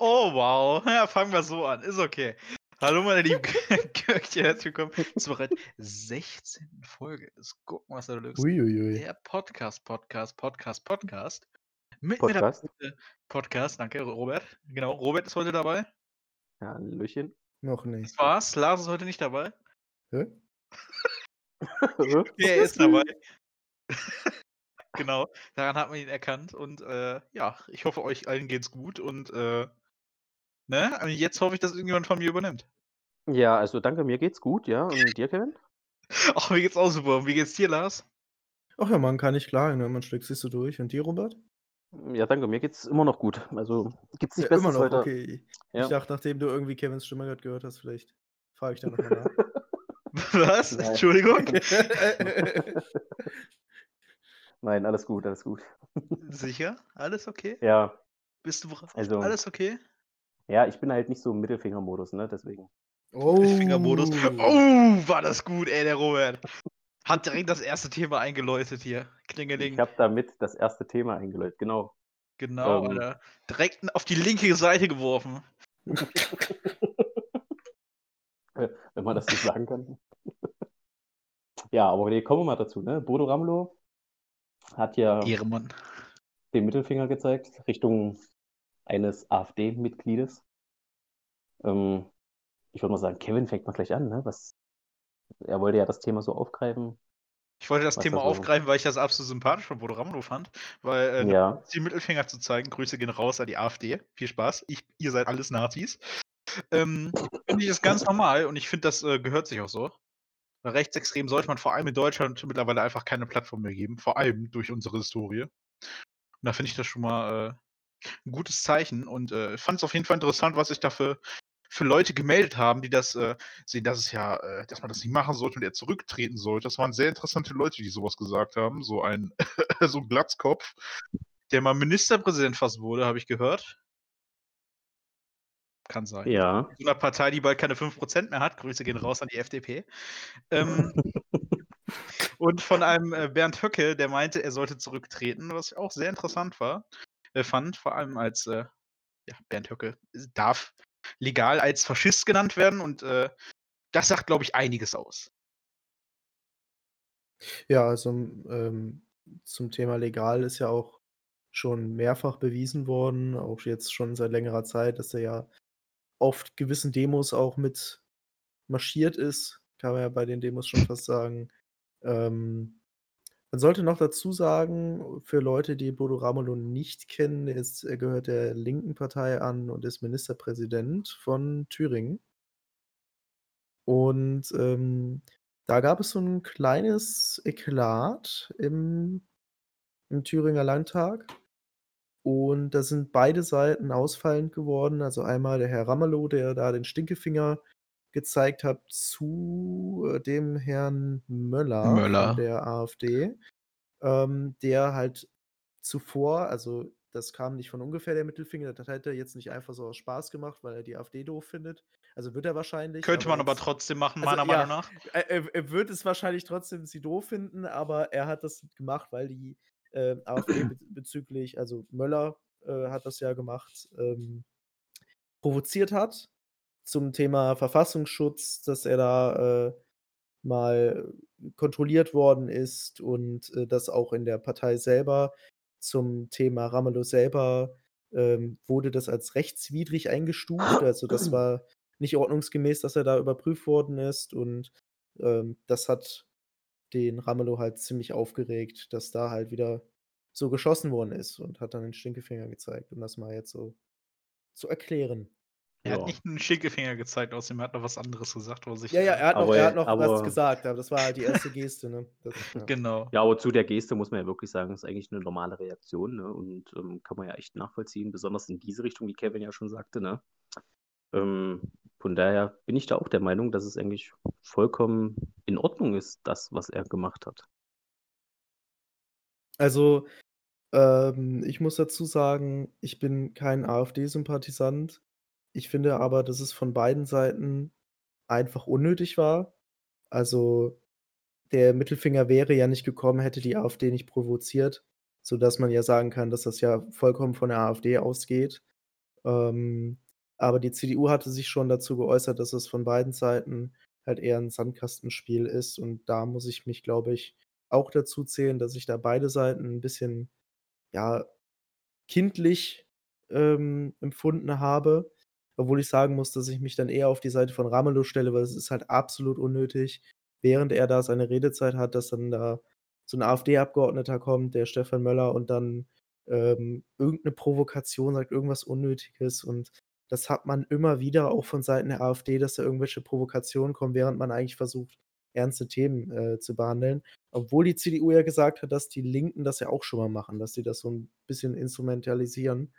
Oh, wow. Ja, fangen wir so an. Ist okay. Hallo, meine lieben Köche, herzlich willkommen zur bereits 16. Folge des Gucken, was da löst. Uiuiui. Der Podcast. Mit mir dabei Podcast. heute Podcast, danke, Robert. Genau, Robert ist heute dabei. Ja, Hallöchen. Noch Das nicht. war's. Lars ist heute nicht dabei. Hä? Okay, er ist dabei. Genau, daran hat man ihn erkannt und, ja, ich hoffe, euch allen geht's gut und, ne, und jetzt hoffe ich, dass irgendjemand von mir übernimmt. Ja, also danke, mir geht's gut, ja. Und dir, Kevin? Ach, mir geht's auch super. Und wie geht's dir, Lars? Ach ja, man kann nicht klagen, ne? Man schlägt sich so durch. Und dir, Robert? Ja, danke, mir geht's immer noch gut. Also gibt's Ja, nicht immer Besseres noch, heute. okay. Ich Ja. dachte, nachdem du irgendwie Kevins Stimme gerade gehört hast, vielleicht frage ich da nochmal nach. Was? Nein. Entschuldigung? Nein, alles gut, alles gut. Sicher? Alles okay? Ja, Bist du bereit? also, Alles okay? ja, ich bin halt nicht so im Mittelfinger-Modus, ne, deswegen. Fingermodus. Oh. Oh, war das gut, ey, der Robert. Hat direkt das erste Thema eingeläutet hier. Klingeling. Ich habe damit das erste Thema eingeläutet, genau. Genau, Alter. Direkt auf die linke Seite geworfen. Wenn man das so sagen kann. Ja, aber nee, kommen wir mal dazu, ne? Bodo Ramelow hat ja Ehrenmann. den Mittelfinger gezeigt Richtung eines AfD-Mitgliedes. Ich würde mal sagen, Kevin fängt mal gleich an, ne? Er wollte ja das Thema so aufgreifen. Ich wollte das Was Thema das so- aufgreifen, weil ich das absolut sympathisch von Bodo Ramelow fand. Weil, Ja, die Mittelfinger zu zeigen, Grüße gehen raus an die AfD. Viel Spaß. Ihr seid alles Nazis. Finde ich ist ganz normal und ich finde, das gehört sich auch so. Weil Rechtsextremen sollte man vor allem in Deutschland mittlerweile einfach keine Plattform mehr geben, vor allem durch unsere Historie. Und da finde ich das schon mal 'n gutes Zeichen und ich fand es auf jeden Fall interessant, was sich da für Leute gemeldet haben, die das sehen, dass es ja dass man das nicht machen sollte und er zurücktreten sollte. Das waren sehr interessante Leute, die sowas gesagt haben. So ein so 'n Glatzkopf, der mal Ministerpräsident fast wurde, habe ich gehört. Kann sein. ja. In so 'ner Partei, die bald keine 5% mehr hat. Grüße gehen raus an die FDP. Ähm, und von einem, Bernd Höcke, der meinte, er sollte zurücktreten, was ich auch sehr interessant fand, vor allem als, ja, Bernd Höcke darf legal als Faschist genannt werden und, das sagt, glaube ich, einiges aus. Ja, also zum Thema legal ist ja auch schon mehrfach bewiesen worden, auch jetzt schon seit längerer Zeit, dass er ja auf gewissen Demos auch mit marschiert ist, kann man ja bei den Demos schon fast sagen. Ähm, Man sollte noch dazu sagen, für Leute, die Bodo Ramelow nicht kennen, er gehört der linken Partei an und ist Ministerpräsident von Thüringen. Und, da gab es so 'n kleines Eklat im Thüringer Landtag und da sind beide Seiten ausfallend geworden. Also, einmal der Herr Ramelow, der da den Stinkefinger gezeigt hat zu, dem Herrn Möller von Möller. der AfD, der halt zuvor, also, das kam nicht von ungefähr, der Mittelfinger, das hat er jetzt nicht einfach so aus Spaß gemacht, weil er die AfD doof findet. Also, wird er wahrscheinlich, Könnte man aber jetzt, trotzdem machen, also, meiner Meinung ja, nach. er wird es wahrscheinlich trotzdem sie doof finden, aber er hat das gemacht, weil die, AfD bezüglich, also, Möller, hat das ja gemacht, provoziert hat zum Thema Verfassungsschutz, dass er da, mal kontrolliert worden ist und, das auch in der Partei selber zum Thema Ramelow selber, wurde das als rechtswidrig eingestuft. Also, das war nicht ordnungsgemäß, dass er da überprüft worden ist und, das hat den Ramelow halt ziemlich aufgeregt, dass da halt wieder so geschossen worden ist und hat dann den Stinkefinger gezeigt, um das mal jetzt so zu erklären. Er hat Ja. nicht 'n Stinkefinger gezeigt, außerdem hat er noch was anderes gesagt, wo sich, Ja, ja, Aber er hat noch was aber gesagt, aber das war halt die erste Geste, ne? Das, ja. genau. ja, aber zu der Geste muss man ja wirklich sagen, ist eigentlich 'ne normale Reaktion, ne? Und, kann man ja echt nachvollziehen, besonders in diese Richtung, wie Kevin ja schon sagte, ne? Ähm, von daher bin ich da auch der Meinung, dass es eigentlich vollkommen in Ordnung ist, das, was er gemacht hat. Also, ich muss dazu sagen, ich bin kein AfD-Sympathisant. Ich finde aber, dass es von beiden Seiten einfach unnötig war. Also, der Mittelfinger wäre ja nicht gekommen, hätte die AfD nicht provoziert, sodass man ja sagen kann, dass das ja vollkommen von der AfD ausgeht. Ähm, aber die CDU hatte sich schon dazu geäußert, dass es von beiden Seiten halt eher 'n Sandkastenspiel ist und da muss ich mich, glaube ich, auch dazu zählen, dass ich da beide Seiten 'n bisschen, ja, kindlich, empfunden habe, obwohl ich sagen muss, dass ich mich dann eher auf die Seite von Ramelow stelle, weil es ist halt absolut unnötig, während er da seine Redezeit hat, dass dann da so 'n AfD-Abgeordneter kommt, der Stefan Möller, und dann, irgend 'ne Provokation sagt, irgendwas Unnötiges, und das hat man immer wieder auch von Seiten der AfD, dass da irgendwelche Provokationen kommen, während man eigentlich versucht, ernste Themen, zu behandeln. Obwohl die CDU ja gesagt hat, dass die Linken das ja auch schon mal machen, dass sie das so 'n bisschen instrumentalisieren.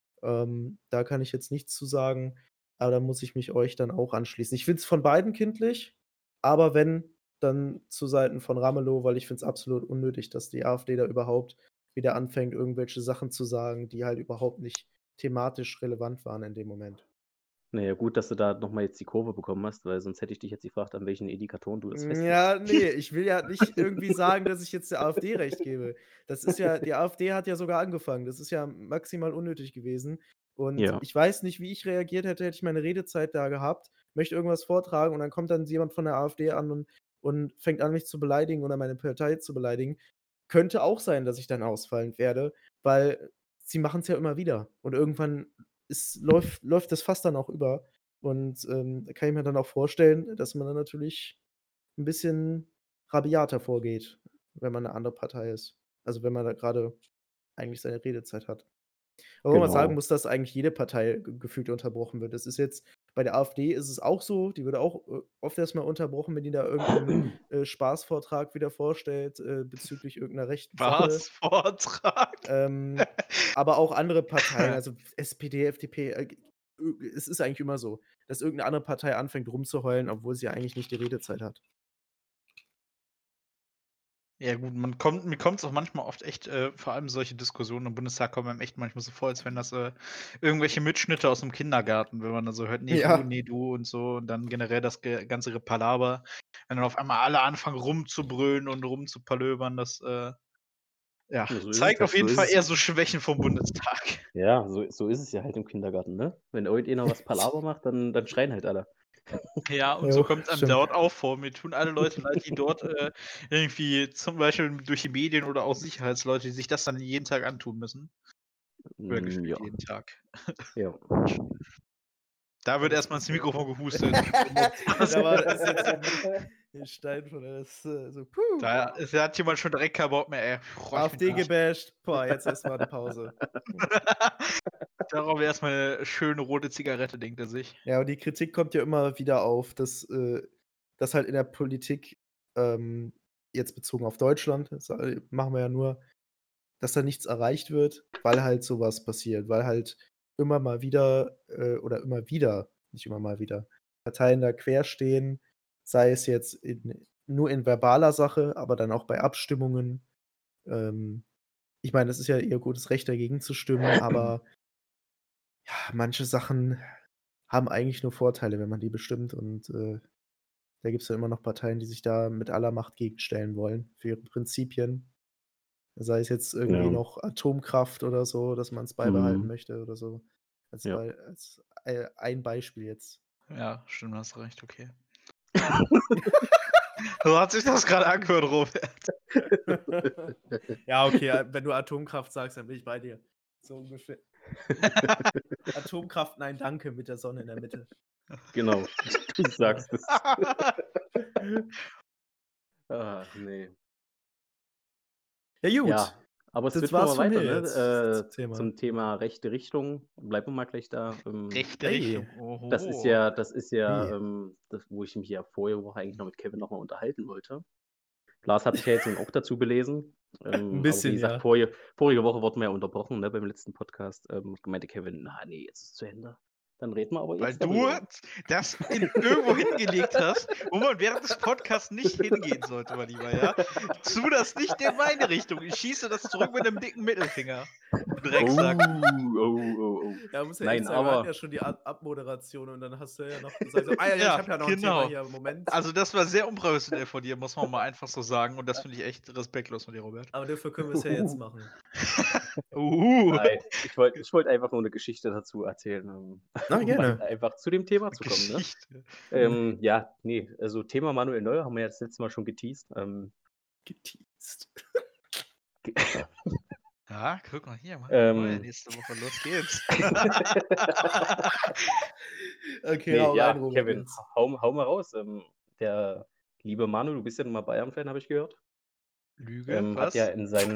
Da kann ich jetzt nichts zu sagen, aber da muss ich mich euch dann auch anschließen. Ich finde es von beiden kindlich, aber wenn, dann zu Seiten von Ramelow, weil ich finde es absolut unnötig, dass die AfD da überhaupt wieder anfängt, irgendwelche Sachen zu sagen, die halt überhaupt nicht thematisch relevant waren in dem Moment. Na ja, gut, dass du da noch mal jetzt die Kurve bekommen hast, weil sonst hätte ich dich jetzt gefragt, an welchen Indikatoren du das festmachst. Ja, ne, ich will ja nicht irgendwie sagen, dass ich jetzt der AfD recht gebe. Das ist ja Die AfD hat ja sogar angefangen. Das ist ja maximal unnötig gewesen. Und Ja. ich weiß nicht, wie ich reagiert hätte, hätte ich meine Redezeit da gehabt, möchte irgendwas vortragen und dann kommt dann jemand von der AfD an und fängt an, mich zu beleidigen oder meine Partei zu beleidigen. Könnte auch sein, dass ich dann ausfallend werde, weil sie machen's ja immer wieder. Und irgendwann läuft das Fass dann auch über. Und, da kann ich mir dann auch vorstellen, dass man dann natürlich 'n bisschen rabiater vorgeht, wenn man 'ne andere Partei ist. Also, wenn man da grade eigentlich seine Redezeit hat. Aber wo man sagen Genau. muss, dass eigentlich jede Partei gefühlt unterbrochen wird. Das ist jetzt bei der AfD ist es auch so, die wird auch, oft erst mal unterbrochen, wenn die da irgend 'n, Spaßvortrag wieder vorstellt, bezüglich irgend 'ner rechten Sache. Spaßvortrag. Ähm, aber auch andere Parteien, also SPD, FDP, es ist eigentlich immer so, dass irgend 'ne andere Partei anfängt rumzuheulen, obwohl sie eigentlich nicht die Redezeit hat. Ja gut, mir kommt's auch manchmal oft echt, vor allem solche Diskussionen im Bundestag kommen einem echt manchmal so vor, als wären das, irgendwelche Mitschnitte aus'm Kindergarten, wenn man dann so hört: Ja. nee, du“ und so und dann generell das ganze Gepalaber. Wenn dann auf einmal alle anfangen rumzubrüllen und rumzupalöbern, das, ja, Ja, so ist es zeigt auf halt. So jeden ist Fall es. eher so Schwächen vom Bundestag. Ja, so ist es ja halt im Kindergarten, ne? Wenn irgendeiner was Palaver macht, dann schreien halt alle. Ja, und so Jo, kommt's einem stimmt. dort auch vor. Mir tun alle Leute leid, die dort, irgendwie zum Beispiel durch die Medien oder auch Sicherheitsleute, die sich das dann jeden Tag antun müssen. Oder Ja. gefühlt jeden Tag. Ja. Da wird Alles erst mal gut, ins ja. Mikrofon gehustet. Ist jetzt den Stein von der so, puh, Da hat jemand schon direkt keinen Bock mehr, ey. Boah, ich bin AfD durch. gebasht. Boah, jetzt erst mal 'ne Pause. Darauf erst mal 'ne schöne rote Zigarette, denkt er sich. Ja, und die Kritik kommt ja immer wieder auf, dass halt in der Politik, jetzt bezogen auf Deutschland, das, machen wir ja nur, dass da nichts erreicht wird, weil halt so was passiert, weil halt immer mal wieder, oder immer wieder, nicht immer mal wieder, Parteien da quer stehen, sei es jetzt nur in verbaler Sache, aber dann auch bei Abstimmungen. Ähm, Ich meine, das ist ja ihr gutes Recht, dagegen zu stimmen, aber ja, manche Sachen haben eigentlich nur Vorteile, wenn man die bestimmt, und, da gibt's ja immer noch Parteien, die sich da mit aller Macht gegenstellen wollen für ihre Prinzipien. Sei es jetzt irgendwie Ja. noch Atomkraft oder so, dass man's beibehalten Mhm. möchte oder so. Ja. Als ein Beispiel jetzt. Ja, stimmt, hast recht, okay. So hat sich das grade angehört, Robert. Ja, okay, wenn du Atomkraft sagst, dann bin ich bei dir. So ungefähr. Atomkraft, nein, danke, mit der Sonne in der Mitte. Genau, du Ja. sagst es. Ach, ne. Ja, gut, Ja, aber das switchen wir war's mal von mir weiter, jetzt ne? zum Thema. Zum Thema rechte Richtung. Bleiben wir mal gleich da. Rechte Ey, Richtung. Das ist ja, ui. das, wo ich mich ja vorige Woche eigentlich noch mit Kevin noch mal unterhalten wollte. Lars hat sich ja jetzt nun auch dazu belesen. 'N Aber wie bisschen, gesagt, ja. vorige Woche wurden wir ja unterbrochen, ne, beim letzten Podcast. Meinte Kevin: „Na ne, jetzt ist zu Ende. Dann reden wir aber Weil jetzt du darüber. das irgendwo hingelegt hast, wo man während des Podcasts nicht hingehen sollte, mein Lieber, ja? Tu das nicht in meine Richtung. Ich schieße das zurück mit einem dicken Mittelfinger. Du Drecksack. Oh. Ja, muss ja Nein, echt sagen, wir hatten aber ja schon die Abmoderation und dann hast du ja noch gesagt, so, ja, ich Ja, habe ja noch ein Thema genau. hier, Moment. Also das war sehr unprofessionell von dir, muss man mal einfach so sagen. Und das finde ich echt respektlos von dir, Robert. Aber dafür können wir es ja jetzt machen. nein, ich wollt einfach nur eine Geschichte dazu erzählen, Na, um gerne. einfach zu dem Thema zu kommen. Ne? Geschichte. Ja, nee, also Thema Manuel Neuer haben wir jetzt letztes Mal schon geteased. Geteased. Ja, guck mal hier, Mann. Neuer Ähm, nächste Woche, los geht's. Okay, nee, hau ja, rein, Robert. Kevin, Jetzt. hau mal raus. Der liebe Manu, du bist ja nun mal Bayern-Fan, habe ich gehört. Lüge, Hat ja was? in seinen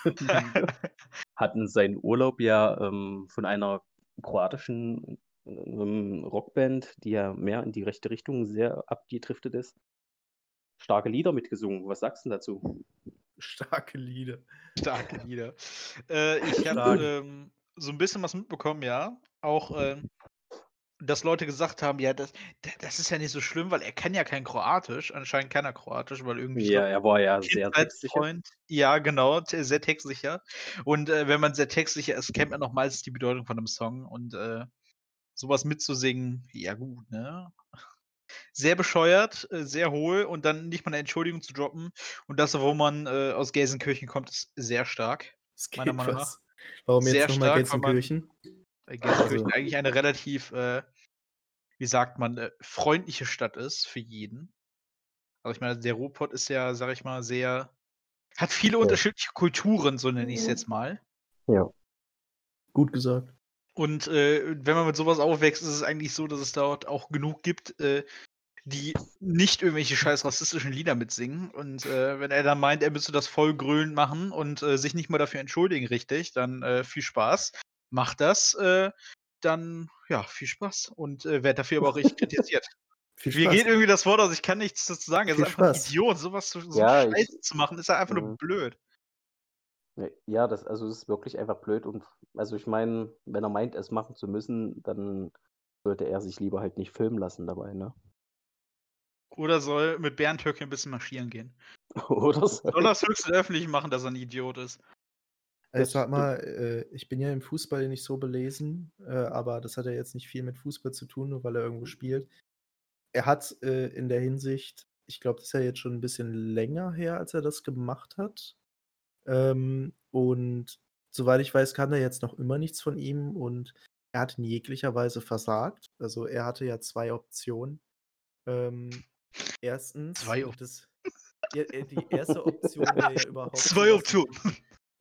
hat in seinen Urlaub ja von einer kroatischen Rockband, die ja mehr in die rechte Richtung sehr abgedriftet ist, starke Lieder mitgesungen. Was sagst du denn dazu? Starke Lieder. Starke Lieder. Ich Stark. habe so ein bisschen was mitbekommen, ja. Auch, dass Leute gesagt haben, ja, das ist ja nicht so schlimm, weil er kann ja kein Kroatisch. Anscheinend kann er Kroatisch, weil irgendwie, ich Ja, glaube, er war ja sehr textsicher. Kindheitsfreund. Ja, genau, sehr textsicher. Und wenn man sehr textsicher ist, kennt man auch meistens die Bedeutung von einem Song. Und sowas mitzusingen, ja gut, ne? Sehr bescheuert, sehr hohl und dann nicht mal eine Entschuldigung zu droppen. Und das, wo man aus Gelsenkirchen kommt, ist sehr stark, Es meiner geht Meinung nach. was. Warum Sehr jetzt nochmal stark, weil man Gelsenkirchen? Gelsenkirchen Also, eigentlich eine relativ, wie sagt man, freundliche Stadt ist für jeden. Also ich meine, der Ruhrpott ist ja, sage ich mal, hat viele unterschiedliche Kulturen, so nenne ich es jetzt mal. Ja. gut gesagt. Und wenn man mit sowas aufwächst, ist es eigentlich so, dass es dort auch genug gibt, die nicht irgendwelche scheiß rassistischen Lieder mitsingen. Und wenn er dann meint, er müsste das voll grölend machen und sich nicht mal dafür entschuldigen, richtig, dann viel Spaß. Macht das, dann ja, viel Spaß. Und werd dafür aber auch richtig kritisiert. Viel Mir Spaß. geht irgendwie das Wort aus, ich kann nichts dazu sagen. Er ist Viel einfach 'n Spaß. Idiot. So Ja, Scheiße zu machen, ist ja einfach nur blöd. Ja, das ist wirklich einfach blöd. Und also ich meine, wenn er meint, es machen zu müssen, dann sollte er sich lieber halt nicht filmen lassen dabei, ne? Oder soll mit Bernd Höcke 'n bisschen marschieren gehen. Oder so. Soll das höchstens öffentlich machen, dass er 'n Idiot ist. Ich sag mal, ich bin ja im Fußball nicht so belesen, aber das hat ja jetzt nicht viel mit Fußball zu tun, nur weil er irgendwo spielt. Er hat in der Hinsicht, ich glaube, das ist ja jetzt schon ein bisschen länger her, als er das gemacht hat. Und soweit ich weiß, kam da jetzt noch immer nichts von ihm und er hat in jeglicher Weise versagt. Also, er hatte ja 2 Optionen. 1. 2 und das ja, die erste Option wäre ja überhaupt 2 sowas Optionen.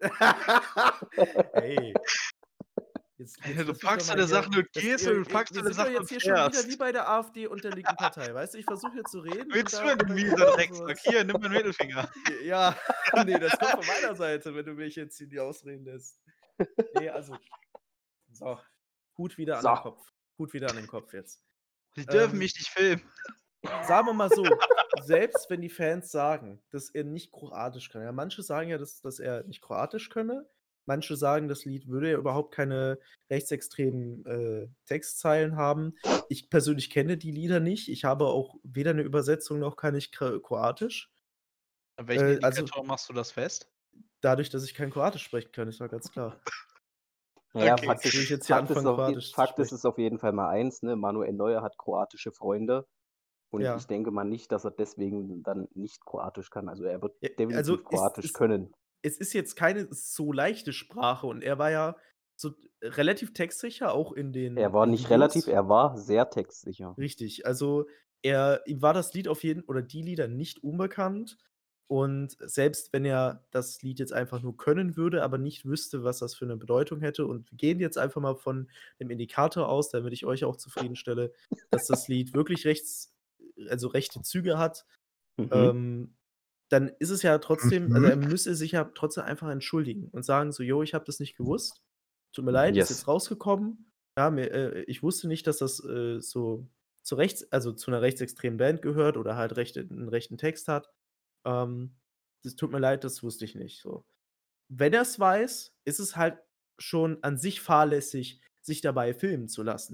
Hey. Jetzt Du lass mich packst doch mal deine hier Sachen und das gehst wir und du packst wir deine sind doch Sachen jetzt und hier schon wieder wie fährst. bei der AfD und der linken Partei, weißt du? Ich versuche hier zu reden und Willst du da denn, du dann mieser kommt da Drecksack? sowas. Hier, nimm meinen Mittelfinger. Ja, ne, das kommt von meiner Seite, wenn du mich jetzt hier nicht ausreden lässt. Ne, also so, Hut wieder an den So. Kopf. Hut wieder an den Kopf jetzt. Die dürfen mich nicht filmen. Sagen wir mal so, selbst wenn die Fans sagen, dass er nicht Kroatisch kann, ja, manche sagen ja, dass er nicht Kroatisch könne. Manche sagen, das Lied würde ja überhaupt keine rechtsextremen Textzeilen haben. Ich persönlich kenne die Lieder nicht. Ich habe auch weder 'ne Übersetzung noch kann ich Kroatisch. An welchen Also Indikatoren machst du das fest? dadurch, dass ich kein Kroatisch sprechen kann, ist ja ganz klar. Naja, Okay. Fakt Will ich ist, jetzt hier Fakt ist, anfangen, auf, Kroatisch zu Fakt ist sprechen? es auf jeden Fall mal eins, ne? Manuel Neuer hat kroatische Freunde und Ja. ich denke mal nicht, dass er deswegen dann nicht Kroatisch kann. Also er wird Ja, definitiv also Kroatisch können. es ist jetzt keine so leichte Sprache und er war ja so relativ textsicher, auch in den Er war nicht relativ, Videos. er war sehr textsicher. Richtig, also ihm war das Lied auf jeden oder die Lieder nicht unbekannt und selbst wenn er das Lied jetzt einfach nur können würde, aber nicht wüsste, was das für 'ne Bedeutung hätte und wir gehen jetzt einfach mal von dem Indikator aus, damit ich euch auch zufriedenstelle, dass das Lied wirklich rechte Züge hat, dann ist es ja trotzdem also, er müsste sich ja trotzdem einfach entschuldigen und sagen so: „Jo, ich habe das nicht gewusst. Tut mir leid, ist Yes. jetzt rausgekommen. Ja, ich wusste nicht, dass das, so zu einer rechtsextremen Band gehört oder halt 'n rechten Text hat. Das tut mir leid, das wusste ich nicht“, so. Wenn er's weiß, ist es halt schon an sich fahrlässig, sich dabei filmen zu lassen.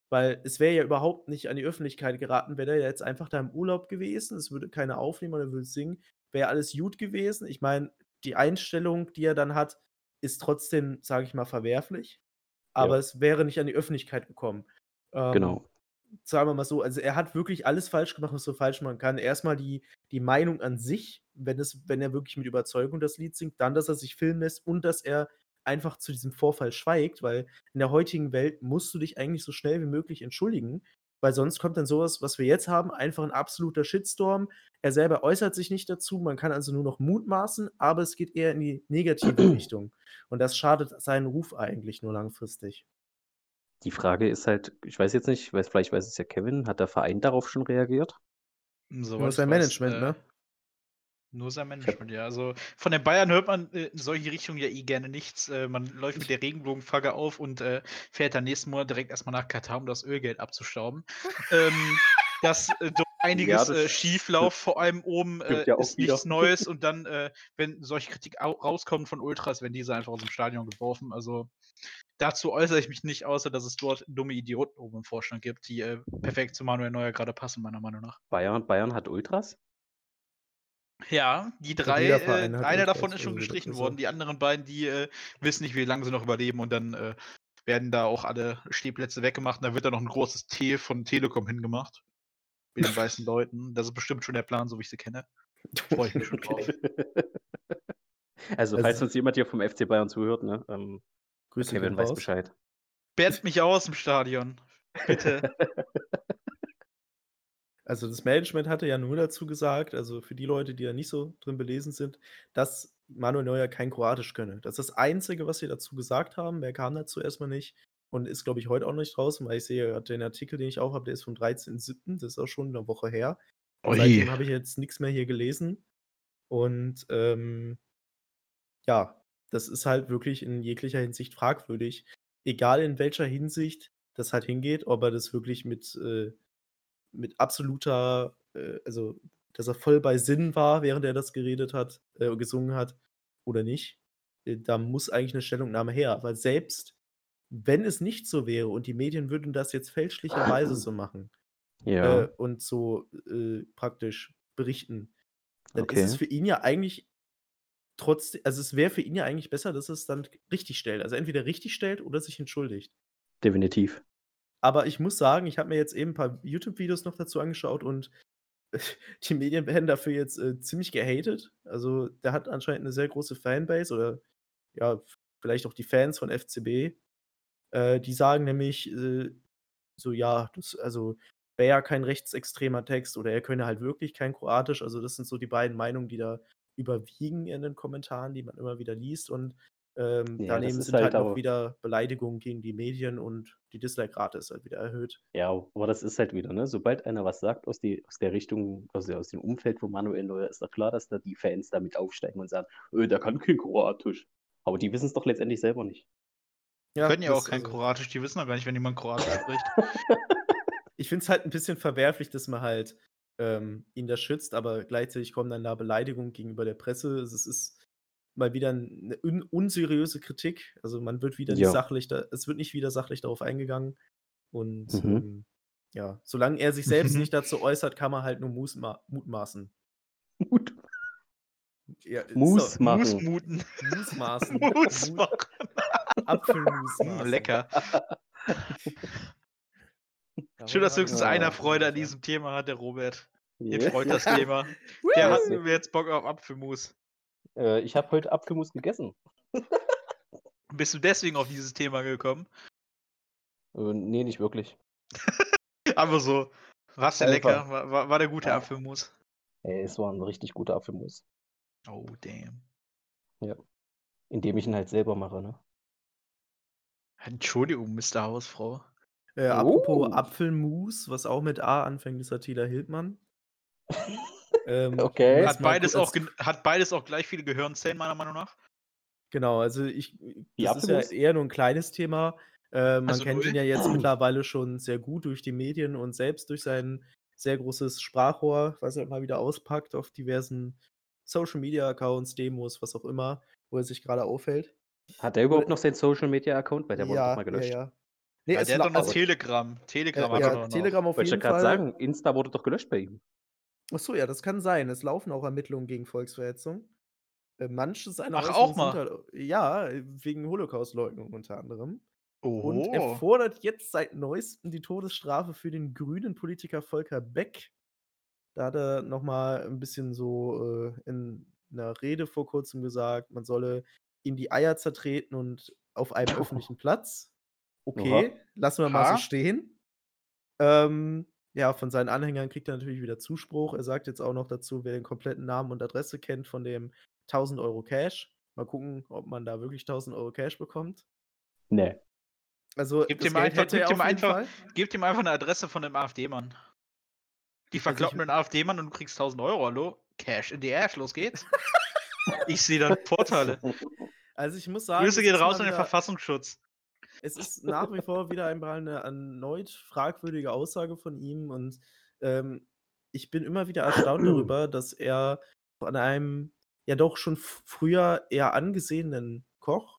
Weil es wäre ja überhaupt nicht an die Öffentlichkeit geraten, wäre der jetzt einfach da im Urlaub gewesen, es würde keiner aufnehmen oder würde singen, wäre alles gut gewesen. Ich meine, die Einstellung, die er dann hat, ist trotzdem, sage ich mal, verwerflich, aber Ja, es wäre nicht an die Öffentlichkeit gekommen. genau. Sagen wir mal so, also er hat wirklich alles falsch gemacht, was so falsch machen kann. Erstmal die Meinung an sich, wenn er wirklich mit Überzeugung das Lied singt, dann, dass er sich filmen lässt und dass er einfach zu diesem Vorfall schweigt, weil in der heutigen Welt musst du dich eigentlich so schnell wie möglich entschuldigen, weil sonst kommt dann sowas, was wir jetzt haben, einfach ein absoluter Shitstorm. Er selber äußert sich nicht dazu, man kann also nur noch mutmaßen, aber es geht eher in die negative Richtung und das schadet seinen Ruf eigentlich nur langfristig. Die Frage ist halt, ich weiß jetzt nicht, vielleicht weiß es ja Kevin, hat der Verein darauf schon reagiert? Nur Soweit ich sein weiß, Management, ne? nur sein Ich habe Management, ja. Also von den Bayern hört man in solche Richtungen ja gerne nichts. Man läuft mit der Regenbogenflagge auf und fährt dann nächsten Monat direkt erstmal nach Katar, um das Ölgeld abzustauben. Dass dort einiges das schief läuft, vor allem oben stimmt ja auch ist wieder. nichts Neues und dann, wenn solche Kritik rauskommt von Ultras, werden diese einfach aus dem Stadion geworfen. Also dazu äußere ich mich nicht, außer dass es dort dumme Idioten oben im Vorstand gibt, die perfekt zu Manuel Neuer gerade passen, meiner Meinung nach. Bayern hat Ultras? Ja, die Ich glaube, drei, jeder Verein hat einer Ultras, davon ist schon also gestrichen das worden. Die anderen beiden, die wissen nicht, wie lange sie noch überleben und dann werden da auch alle Stehplätze weggemacht. Und da wird da noch ein großes T von Telekom hingemacht. Mit den weißen Leuten. Das ist bestimmt schon der Plan, so wie ich sie kenne. Freue ich mich schon drauf. Also, falls uns jemand hier vom FC Bayern zuhört, ne, Grüße Kevin gehen weiß raus. Bescheid. Bannt mich aus im Stadion. Bitte. Also, das Management hatte ja nur dazu gesagt, also für die Leute, die da nicht so drin belesen sind, dass Manuel Neuer kein Kroatisch könne. Das ist das Einzige, was sie dazu gesagt haben. Mehr kam dazu erstmal nicht und ist, glaube ich, heute auch nicht draußen, weil ich sehe grad den Artikel, den ich auch habe, der ist vom 13.07., das ist auch schon eine Woche her. Und Ui. seitdem habe ich jetzt nichts mehr hier gelesen und, ja, das ist halt wirklich in jeglicher Hinsicht fragwürdig. Egal in welcher Hinsicht das halt hingeht, ob er das wirklich mit absoluter also, dass er voll bei Sinn war, während er das geredet hat gesungen hat oder nicht. Da muss eigentlich 'ne Stellungnahme her, weil selbst wenn es nicht so wäre und die Medien würden das jetzt fälschlicherweise so machen, Ja, und so, praktisch berichten, dann ist es okay. für ihn ja eigentlich also, es wäre für ihn ja eigentlich besser, dass es dann richtig stellt. Also, entweder richtig stellt oder sich entschuldigt. Definitiv. Aber ich muss sagen, ich habe mir jetzt eben 'n paar YouTube-Videos noch dazu angeschaut und die Medien werden dafür jetzt, ziemlich gehatet. Also, der hat anscheinend 'ne sehr große Fanbase oder ja, vielleicht auch die Fans von FCB. Die sagen nämlich, so: „Ja, das also, wäre ja kein rechtsextremer Text oder er könne halt wirklich kein Kroatisch.“ Also, das sind so die beiden Meinungen, die da überwiegen in den Kommentaren, die man immer wieder liest und, Ja, das daneben ist sind halt halt noch aber wieder Beleidigungen gegen die Medien und die Dislike-Rate ist halt wieder erhöht. ja, aber das ist halt wieder, ne? Sobald einer was sagt aus der Richtung, aus dem Umfeld von Manuel Neuer, ist doch klar, dass da die Fans damit aufsteigen und sagen: der kann kein Kroatisch.“ Aber die wissen es doch letztendlich selber nicht. Die Ja, können ja auch das kein also Kroatisch, die wissen doch gar nicht, wenn jemand Kroatisch spricht. ich finde es halt 'n bisschen verwerflich, dass man halt, ihn da schützt, aber gleichzeitig kommen dann da Beleidigungen gegenüber der Presse. Also, es ist mal wieder 'ne unseriöse Kritik. Also, man wird wieder nicht Ja. sachlich da es wird nicht wieder sachlich darauf eingegangen und, Mhm. ja, solange er sich selbst nicht dazu äußert, kann man halt nur mutmaßen. Gut. Ja, ist Mus doch machen. Musmuten. Mutmaßen. Mus Mu machen. Apfelmusmaßen. Lecker. Ja, Schön, heute dass habe ich höchstens noch einer mal Freude an lecker. diesem Thema hat, der Robert. Den Ja. freut das Thema. Der hat jetzt Bock auf Apfelmus. Ich habe heute Apfelmus gegessen. Bist du deswegen auf dieses Thema gekommen? Ne, nicht wirklich. Aber so, war's denn Einfach. lecker? War der gute Ah, Apfelmus? es war 'n richtig guter Apfelmus. Oh, damn. Ja. Indem ich ihn halt selber mache, ne? Entschuldigung, Mister Hausfrau. Apropos Oh. Apfelmus, was auch mit A anfängt, ist Attila Hildmann. Um Okay. das mal kurz Hat beides auch gleich viele Gehirnzellen, meiner Meinung nach? genau, also Die das ist ja Apfelmus? eher nur 'n kleines Thema. Man Also kennt 0? ihn ja jetzt mittlerweile schon sehr gut durch die Medien und selbst durch sein sehr großes Sprachrohr, was er immer wieder auspackt auf diversen Social-Media-Accounts, Demos, was auch immer, wo er sich grade aufhält. Hat der Oder überhaupt noch seinen Social-Media-Account? Weil der wurde doch mal ja, ja, gelöscht. ja. Nee, Ja, es der hat doch noch also, Telegram. Telegram hat er ja, doch noch. Telegram auf Wollte ich ja jeden gerade Fall. sagen, Insta wurde doch gelöscht bei ihm. Achso, ja, das kann sein. Es laufen auch Ermittlungen gegen Volksverhetzung. Manche seiner Ach, auch Äußerungen sind mal. halt ja, wegen Holocaustleugnung unter anderem. Und er Oho. fordert jetzt seit Neuestem die Todesstrafe für den grünen Politiker Volker Beck. Da hat er noch mal 'n bisschen so, in 'ner Rede vor Kurzem gesagt, man solle ihm die Eier zertreten und auf einem öffentlichen Platz. Oha. Okay, lassen wir mal so Ha? stehen. Ja, von seinen Anhängern kriegt er natürlich wieder Zuspruch. Er sagt jetzt auch noch dazu, wer den kompletten Namen und Adresse kennt von dem 1.000 € Cash. Mal gucken, ob man da wirklich 1.000 € Cash bekommt. Nee. Also, Gebt das ihm Geld einfach, hätte er auf jeden Fall. gebt ihm einfach eine Adresse von dem AfD-Mann. Die Also, ich verkloppen den AfD-Mann und du kriegst 1.000 €. Hallo? Cash in die Ash, los geht's. Ich sehe da Vorteile. also, ich muss sagen, Grüße es gehen ist raus mal an den wieder Verfassungsschutz. es ist nach wie vor wieder einmal 'ne erneut fragwürdige Aussage von ihm und, ich bin immer wieder erstaunt darüber, dass er von einem ja doch schon früher eher angesehenen Koch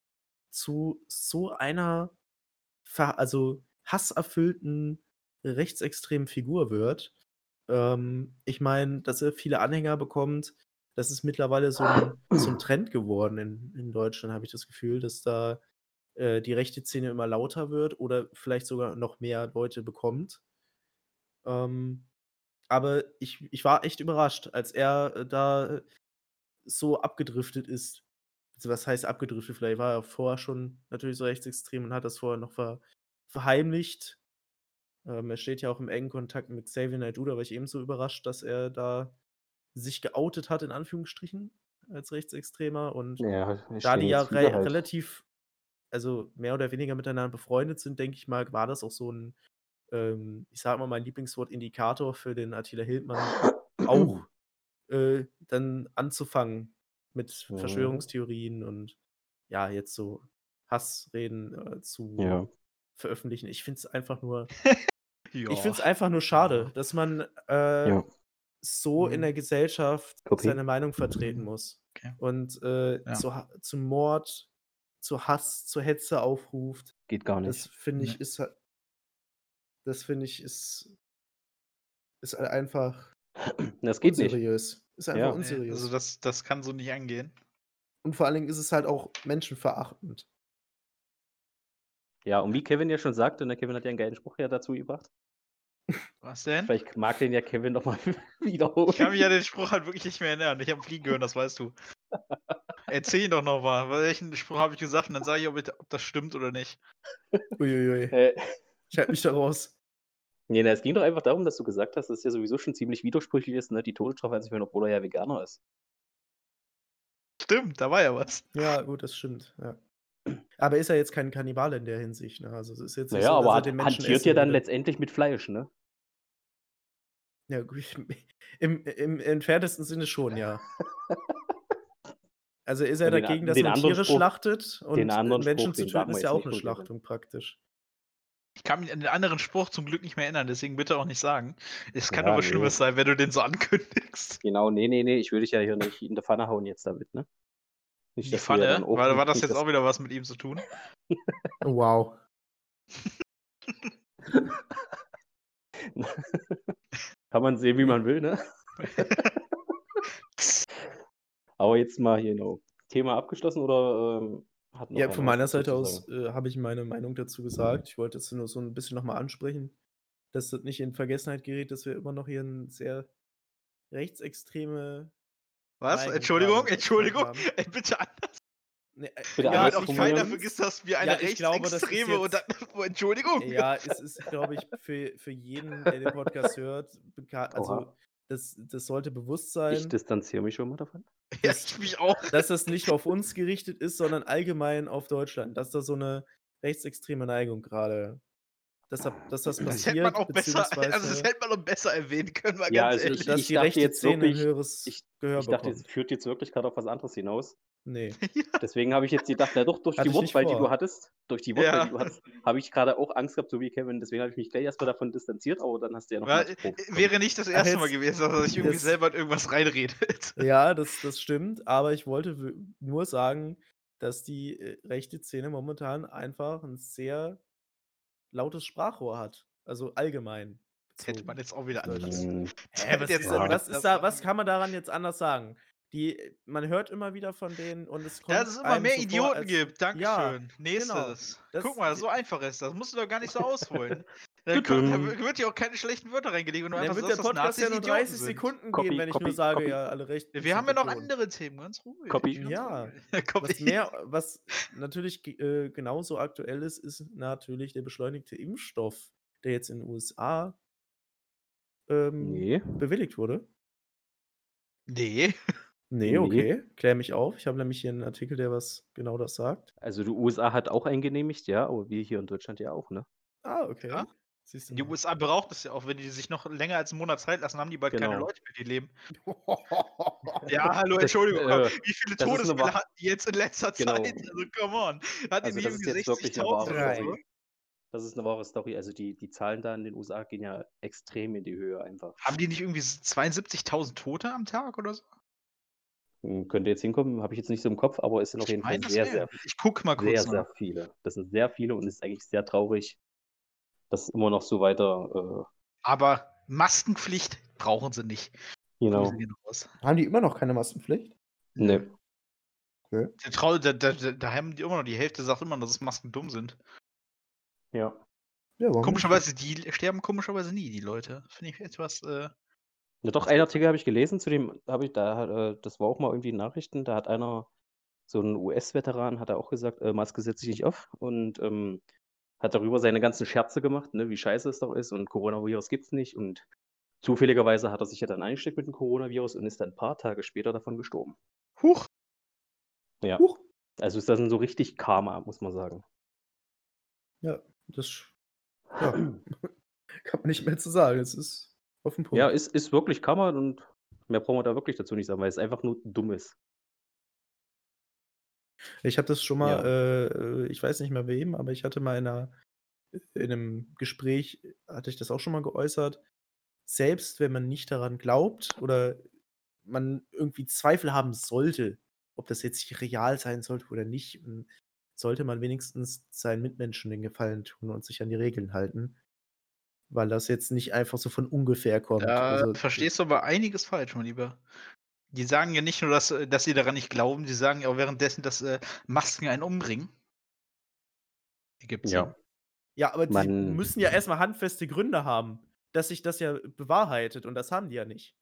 zu so einer also hasserfüllten, rechtsextremen Figur wird. Ich meine, dass er viele Anhänger bekommt, das ist mittlerweile so 'n Trend geworden in Deutschland, habe ich das Gefühl, dass da, die rechte Szene immer lauter wird oder vielleicht sogar noch mehr Leute bekommt. Ähm, aber ich war echt überrascht, als er, da so abgedriftet ist. Also, was heißt abgedriftet? Vielleicht war er vorher schon natürlich so rechtsextrem und hat das vorher noch verheimlicht. Er steht ja auch im engen Kontakt mit Xavier Naidoo, da war ich ebenso überrascht, dass er da sich geoutet hat in Anführungsstrichen als Rechtsextremer und Ja, ich da die stehe ja jetzt wieder halt. relativ also, mehr oder weniger miteinander befreundet sind, denke ich mal, war das auch so 'n, ich sage mal, mein Lieblingswort Indikator für den Attila Hildmann auch, dann anzufangen mit Mhm. Verschwörungstheorien und ja, jetzt so Hassreden, zu Ja. veröffentlichen. Ich finde Ja. es einfach nur schade, dass man, Ja. so in der Gesellschaft Copy. seine Meinung vertreten muss Okay. und, Ja. zu Mord, zu Hass, zur Hetze aufruft. Geht gar Das nicht. finde Ne. ich das finde ich ist einfach Das geht nicht. unseriös. Ist einfach Ja. Ne, also unseriös. das kann so nicht angehen. Und vor allen Dingen ist es halt auch menschenverachtend. Ja, und wie Kevin ja schon sagte, ne, Kevin hat ja 'n geilen Spruch ja dazu gebracht. Was denn? Vielleicht mag den ja Kevin noch mal Ich kann mich wiederholen. an den Spruch halt wirklich nicht mehr erinnern. Ich habe ihn fliegen hören, das weißt du. Erzähl ihn doch noch mal. Welchen Spruch habe ich gesagt? Und dann sage ich, ob das stimmt oder nicht. Ui, ui, ui. Äh, Ich halte mich da raus. ne, es ging doch einfach darum, dass du gesagt hast, dass es ja sowieso schon ziemlich widersprüchlich ist, ne, die Todesstrafe anzuwenden, obwohl er ja Veganer ist. Stimmt, da war ja was. Ja, gut, das stimmt, ja. Aber ist er jetzt kein Kannibale in der Hinsicht, ne? Also, es ist jetzt Na nicht ja, so, dass aber er den Menschen hantiert ja essen dann würde. letztendlich mit Fleisch, ne? Ja, gut, im entferntesten Sinne schon, ja. Also, ist er Und dagegen, dass den man anderen Tiere Spruch schlachtet den und, anderen Spruch, Menschen zu den töten, sagen wir ist ja jetzt auch nicht 'ne von Kevin. Schlachtung praktisch. Ich kann mich an den anderen Spruch zum Glück nicht mehr erinnern, deswegen bitte auch nicht sagen. Es kann Ja, aber ne. Schlimmes sein, wenn du den so ankündigst. Genau, ne, ich will dich ja hier nicht in die Pfanne hauen jetzt damit, ne? In Nicht, die dass du ja dann Pfanne? auch War das nicht, jetzt dass auch wieder was mit ihm zu tun? Wow. kann man sehen, wie man will, ne? Aber jetzt mal hier genau. Thema abgeschlossen oder, hat noch Ja, einer von was meiner dazu Seite zu aus, sagen? habe ich meine Meinung dazu gesagt. Ich wollte das nur so 'n bisschen noch mal ansprechen, dass das nicht in Vergessenheit gerät, dass wir immer noch hier 'n sehr rechtsextreme Was? Neigung grade in Entschuldigung, Deutschland Entschuldigung? haben. Ey, bitte anders. Ne, Bitte ja, Damit anders auch nicht keiner von formulieren? vergisst, uns. dass wir Ja, eine ich glaube, das ist Rechtsextreme und dann jetzt oh, Entschuldigung. ja, es ist, glaube ich, für jeden, der den Podcast hört, also, Oha. das sollte bewusst Ich sein, distanziere mich schon mal davon. Ja, dass ich mich auch. dass das nicht auf uns gerichtet ist, sondern allgemein auf Deutschland, dass da so 'ne rechtsextreme Neigung grade dass das Das hätte man passiert, auch besser also, das beziehungsweise hätte man noch besser erwähnen können, mal Ja, ganz also ehrlich. dass ich die dachte rechte jetzt Szene 'n wirklich höheres Gehör ich dachte, es bekommt. führt jetzt wirklich grad auf was anderes hinaus. Ne, Ja, Deswegen habe ich jetzt gedacht, na doch, durch hatte die ich nicht Wortwahl, die du vor. hattest ja. habe ich grade auch Angst gehabt, so wie Kevin. Deswegen habe ich mich gleich erst mal davon distanziert, aber dann hast du ja noch mal zu Probe bekommen. Wäre nicht das Ach, erste Mal jetzt gewesen, dass er sich irgendwie das selber in irgendwas reinredet. ja, das stimmt, aber ich wollte nur sagen, dass die, rechte Szene momentan einfach 'n sehr lautes Sprachrohr hat. Also allgemein Das hätte man bezogen jetzt auch wieder auf anders. Deutschland. Das Hä, hätte was jetzt ist auch denn, wieder was ist anders da, was sagen. kann man daran jetzt anders sagen? Man hört immer wieder von denen und es Dass kommt es immer einem mehr so vor, Idioten als gibt. ja, Dankeschön. genau. Nächstes. Guck Das, mal, so einfach ist das. Musst du doch gar nicht so ausholen. Da Tütüm. wird ja auch keine schlechten Wörter reingelegt, wenn du dann einfach wird der sagst, dass Podcast ja Nazis nur Idioten 30 sind. Sekunden gehen, Copy, wenn ich nur copy, sage, copy. ja, alle Rechten Wir haben sind ja noch Idioten. andere Themen, ganz ruhig. Copy. Ganz Ja, ruhig. Copy. was natürlich genauso aktuell ist natürlich der beschleunigte Impfstoff, der jetzt in den USA Nee. bewilligt wurde. Nee. Nee, Nee. okay, klär mich auf. Ich habe nämlich hier einen Artikel, der was genau das sagt. Also die USA hat auch eingenehmigt, ja, aber wir hier in Deutschland ja auch, ne? Ah, okay. Ja. Siehst du Die mal. USA braucht es ja auch, wenn die sich noch länger als einen Monat Zeit lassen, haben die bald keine Genau. Leute mehr, die leben. Ja, hallo, Entschuldigung, komm. Wie viele das ist eine Todesfälle Wahr- hatten die jetzt in letzter Genau. Zeit? Also, come on. Hatten Also die das ist irgendwie jetzt wirklich eine 60.000 wahre oder so? Story. Das ist eine wahre Story. Also die Zahlen da in den USA gehen ja extrem in die Höhe einfach. Haben die nicht irgendwie 72.000 Tote am Tag oder so? Könnte jetzt hinkommen, habe ich jetzt nicht so im Kopf, aber es sind auf Ich jeden Fall meine, das sehr, wäre. sehr, Ich gucke mal kurz sehr, nach. sehr viele. Das sind sehr viele und es ist eigentlich sehr traurig, dass immer noch so weiter, Aber Maskenpflicht brauchen sie nicht. genau. Grüße gehen raus. Haben die immer noch keine Maskenpflicht? Ne. Okay. Da haben die immer noch, die Hälfte sagt immer, dass Masken dumm sind. Ja. Ja, warum nicht? Komischerweise, die sterben komischerweise nie, die Leute. Finde ich etwas. Ja, doch, einen Artikel habe ich gelesen, zu dem das war auch mal irgendwie in Nachrichten, da hat einer, so ein US-Veteran, hat er auch gesagt, Maske setze ich nicht auf und hat darüber seine ganzen Scherze gemacht, ne, wie scheiße es doch ist und Coronavirus gibt's nicht und zufälligerweise hat er sich ja dann eingesteckt mit dem Coronavirus und ist dann ein paar Tage später davon gestorben. Huch. Ja. Huch. Also ist das so richtig Karma, muss man sagen. Ja, ja, kann man nicht mehr zu sagen. Es ist auf den Punkt. Ja, ist wirklich Karma und mehr brauchen wir da wirklich dazu nicht sagen, weil es einfach nur dumm ist. Ich habe das schon mal, ich weiß nicht mehr wem, aber ich hatte mal in einem Gespräch, hatte ich das auch schon mal geäußert. Selbst wenn man nicht daran glaubt oder man irgendwie Zweifel haben sollte, ob das jetzt real sein sollte oder nicht, sollte man wenigstens seinen Mitmenschen den Gefallen tun und sich an die Regeln halten. Weil das jetzt nicht einfach so von ungefähr kommt. Da Also, verstehst du aber einiges falsch, mein Lieber. Die sagen ja nicht nur, dass sie daran nicht glauben, die sagen ja auch währenddessen, dass Masken einen umbringen. Die gibt's Ja. ja, aber die Man- müssen ja erstmal handfeste Gründe haben, dass sich das ja bewahrheitet und das haben die ja nicht.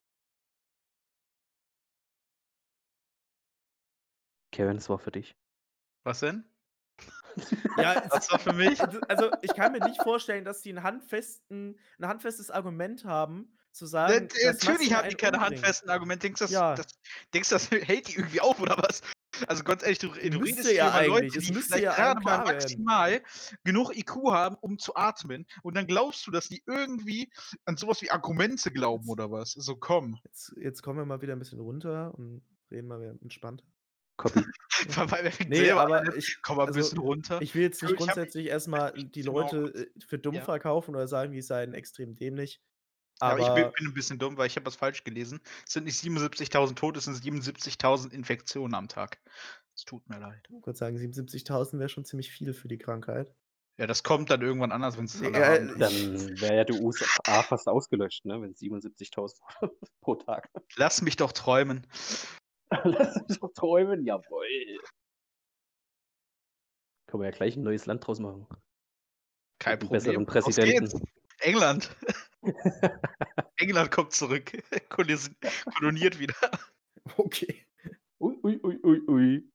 Kevin, das war für dich. Was denn? Ja, Das war für mich. also ich kann mir nicht vorstellen, dass die ein handfestes Argument haben, zu sagen, dass Natürlich Masken haben die einen keine umbringen. handfesten Argumente. Denkst du, Ja. das hält die irgendwie auf oder was? Also ganz ehrlich, du Müsste redest hier ja über eigentlich. Leute, Es die müsste vielleicht ja gerade einem mal klar werden. maximal genug IQ haben, um zu atmen. Und dann glaubst du, dass die irgendwie an sowas wie Argumente glauben oder was? So, komm. Jetzt kommen wir mal wieder ein bisschen runter und reden mal wieder entspannt. Copy. Wer fängt Nee, selber aber an? ich, Komm mal ein also, bisschen runter. ich will jetzt nicht Ich hab- grundsätzlich erstmal die Genau. Leute für dumm Ja. verkaufen oder sagen, die seien extrem dämlich. Ja, Aber aber ich bin ein bisschen dumm, weil ich habe was falsch gelesen. Es sind nicht 77.000 Tote, es sind 77.000 Infektionen am Tag. Es tut mir leid. ich würde sagen, 77.000 wäre schon ziemlich viel für die Krankheit. Ja, das kommt dann irgendwann anders, wenn es alle Ja, haben. Dann wäre ja die USA fast ausgelöscht, ne? Wenn 77.000 pro Tag. Lass mich doch träumen. Lass uns doch träumen, jawohl. Können wir ja gleich ein neues Land draus machen. Kein Einen besseren Problem. Los Präsidenten. geht's. England. England kommt zurück. Koloniert wieder. Okay. Ui.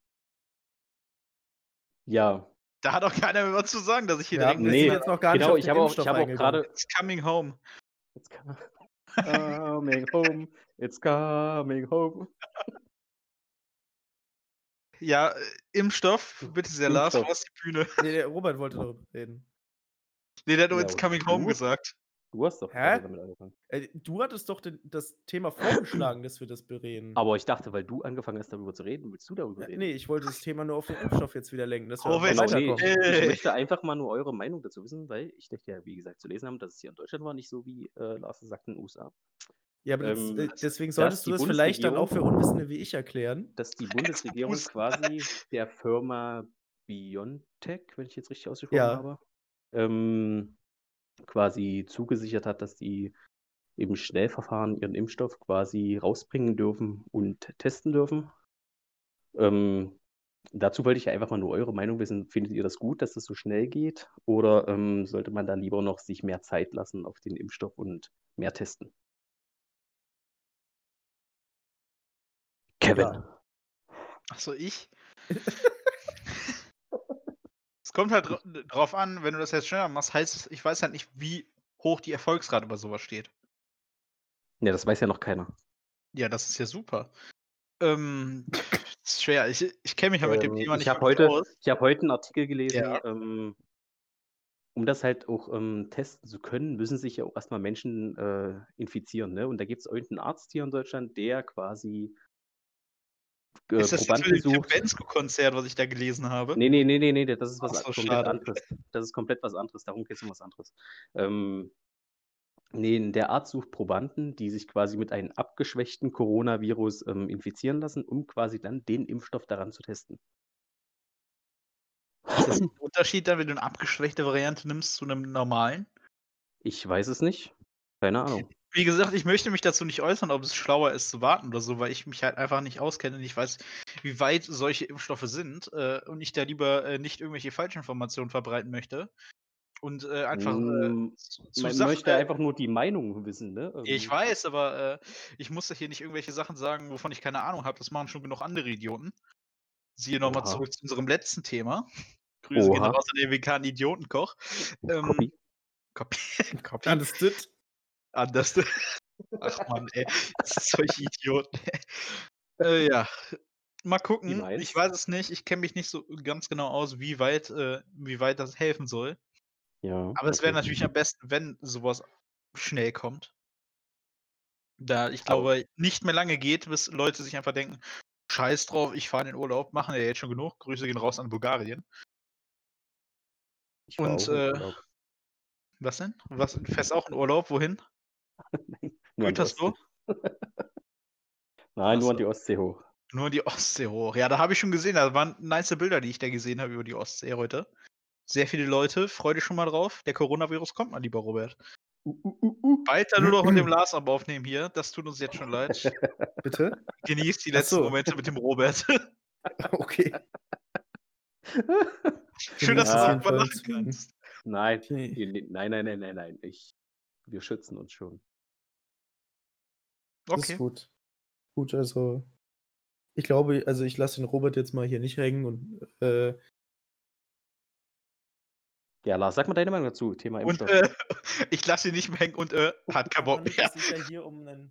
Ja, Da hat auch keiner mehr was zu sagen, dass ich hier Wir haben direkt. Nee, jetzt noch gar genau, nicht ich auf habe den auch, Impfstoff ich hab auch eingegangen. gerade. It's coming home. It's coming home. It's coming home. Ja, Impfstoff. Bitte sehr, Lars, Impfstoff. du hast die Bühne. Nee, der Robert wollte darüber reden. Nee, der hat nur Ja, It's und coming home du? gesagt. Du hast doch Hä? gerade damit angefangen. Du hattest doch das Thema vorgeschlagen, dass wir das bereden. Aber ich dachte, weil du angefangen hast, darüber zu reden, willst du darüber reden? Nee, ich wollte das Thema nur auf den Impfstoff jetzt wieder lenken, dass wir Oh, auch mal Genau, Genau, nee, weiterkommen. ich möchte einfach mal nur eure Meinung dazu wissen, weil ich dachte ja, wie gesagt, zu lesen haben, dass es hier in Deutschland war, nicht so wie Lars sagt in den USA. Ja, aber deswegen solltest die du das vielleicht dann auch für Bundesregierung- Unwissende wie ich erklären. Dass die Bundesregierung Husten. quasi der Firma BioNTech, wenn ich jetzt richtig ausgesprochen Ja. habe, quasi zugesichert hat, dass die im Schnellverfahren ihren Impfstoff quasi rausbringen dürfen und testen dürfen. Dazu wollte ich einfach mal nur eure Meinung wissen. Findet ihr das gut, dass das so schnell geht? Oder sollte man da lieber noch sich mehr Zeit lassen auf den Impfstoff und mehr testen? Kevin. Ja. Achso, ich? Es kommt halt drauf an, wenn du das jetzt schneller machst, heißt es, ich weiß halt nicht, wie hoch die Erfolgsrate bei sowas steht. Ja, das weiß ja noch keiner. Ja, das ist ja super. Ist schwer. Ich kenne mich ja mit dem Thema nicht Ich habe wirklich aus. heute einen Artikel gelesen, Ja. um das halt auch testen zu können, müssen sich ja auch erstmal Menschen infizieren. Ne? Und da gibt es irgendeinen Arzt hier in Deutschland, der quasi Ist das jetzt Probanden mit dem sucht. Bensko-Konzert, was ich da gelesen habe? Nee, das ist was Ach so, komplett schade. anderes. Das ist komplett was anderes. Darum geht es um was anderes. Nee, der Arzt sucht Probanden, die sich quasi mit einem abgeschwächten Coronavirus infizieren lassen, um quasi dann den Impfstoff daran zu testen. Ist das ein Unterschied dann, wenn du eine abgeschwächte Variante nimmst zu einem normalen? Ich weiß es nicht. Keine Ahnung. Wie gesagt, ich möchte mich dazu nicht äußern, ob es schlauer ist zu warten oder so, weil ich mich halt einfach nicht auskenne und ich weiß, wie weit solche Impfstoffe sind und ich da lieber nicht irgendwelche Falschinformationen verbreiten möchte. Und einfach zu Man Sachen. möchte einfach nur die Meinung wissen, ne? Ich weiß, aber ich muss hier nicht irgendwelche Sachen sagen, wovon ich keine Ahnung habe. Das machen schon genug andere Idioten. Siehe nochmal Oha. zurück zu unserem letzten Thema. Grüße gehen Oha. raus an den veganen Idiotenkoch. Copy. Copy. Understood. Understood. Ach man, ey. Solche Idioten. Ja. Mal Wie gucken. meinst? Ich weiß es nicht. Ich kenne mich nicht so ganz genau aus, wie weit das helfen soll. Ja. Aber es wäre okay. natürlich am besten, wenn sowas schnell kommt. Da ich Aber- glaube, nicht mehr lange geht, bis Leute sich einfach denken, scheiß drauf, ich fahre in den Urlaub, machen ja jetzt schon genug. Grüße gehen raus an Bulgarien. Ich war Und auch im Urlaub. was denn? Du fährst auch in Urlaub? Wohin? Nur an die Gütersloh? Ostsee. Nein, nur Ach an die Ostsee hoch. Nur die Ostsee hoch. Ja, da habe ich schon gesehen. Da waren nice Bilder, die ich da gesehen habe über die Ostsee heute. Sehr viele Leute. Freu dich schon mal drauf. Der Coronavirus kommt mal, lieber Robert. Bald dann nur noch mit dem Lars am Aufnehmen hier. Das tut uns jetzt schon leid. Bitte? Genießt die Ach letzten so. Momente mit dem Robert. Okay. Schön, dass du Ja. darüber lachen kannst. Nein. Okay. Nein. Wir schützen uns schon. Das ist Okay. gut. Gut, also ich glaube, also ich lasse den Robert jetzt mal hier nicht hängen und Ja, Lars, sag mal deine Meinung dazu, Thema Und Impfstoff. ich lasse ihn nicht mehr hängen und hat keinen Bock handelt mehr. es sich ja hier um einen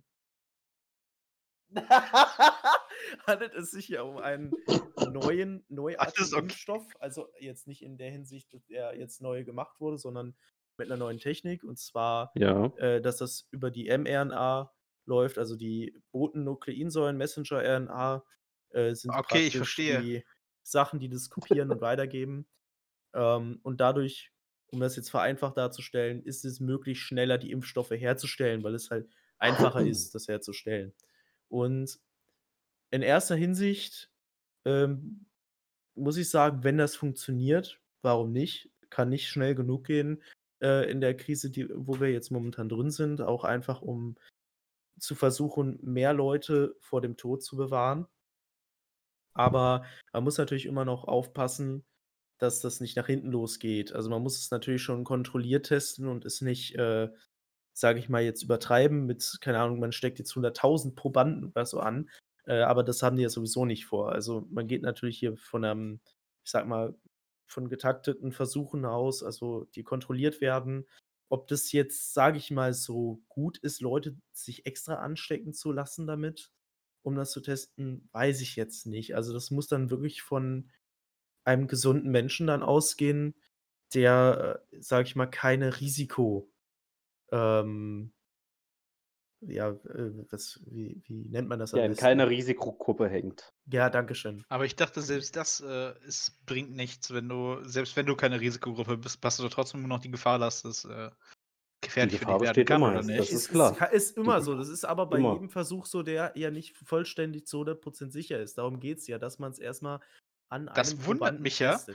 handelt es sich ja um einen neuartigen okay. Impfstoff, also jetzt nicht in der Hinsicht, dass er jetzt neu gemacht wurde, sondern mit einer neuen Technik und zwar, Ja. dass das über die mRNA läuft, also die Botennukleinsäuren, Messenger-RNA sind Okay, ich praktisch verstehe. die Sachen, die das kopieren und weitergeben. Und dadurch, um das jetzt vereinfacht darzustellen, ist es möglich, schneller die Impfstoffe herzustellen, weil es halt einfacher ist, das herzustellen. Und in erster Hinsicht muss ich sagen, wenn das funktioniert, warum nicht? Kann nicht schnell genug gehen in der Krise, wo wir jetzt momentan drin sind, auch einfach um zu versuchen, mehr Leute vor dem Tod zu bewahren. Aber man muss natürlich immer noch aufpassen, dass das nicht nach hinten losgeht. Also, man muss es natürlich schon kontrolliert testen und es nicht, sage ich mal, jetzt übertreiben mit, keine Ahnung, man steckt jetzt 100.000 Probanden oder so an, aber das haben die ja sowieso nicht vor. Also, man geht natürlich hier von einem, ich sage mal, von getakteten Versuchen aus, also die kontrolliert werden. Ob das jetzt, sage ich mal, so gut ist, Leute sich extra anstecken zu lassen damit, um das zu testen, weiß ich jetzt nicht. Also, das muss dann wirklich von einem gesunden Menschen dann ausgehen, der, sage ich mal, keine Risiko ja, wie nennt man das am Der in besten? keiner Risikogruppe hängt. Ja, danke schön. Aber ich dachte, selbst das bringt nichts, selbst wenn du keine Risikogruppe bist, hast du doch trotzdem nur noch die Gefahr, dass es gefährlich für Gefahr dich werden besteht kann, immer, oder das nicht? ist klar. Ist immer Die- so. Das ist aber bei immer. jedem Versuch so, der ja nicht vollständig zu 100% sicher ist. Darum geht es ja, dass man es erstmal an Das einem wundert Probanden mich ja. testet.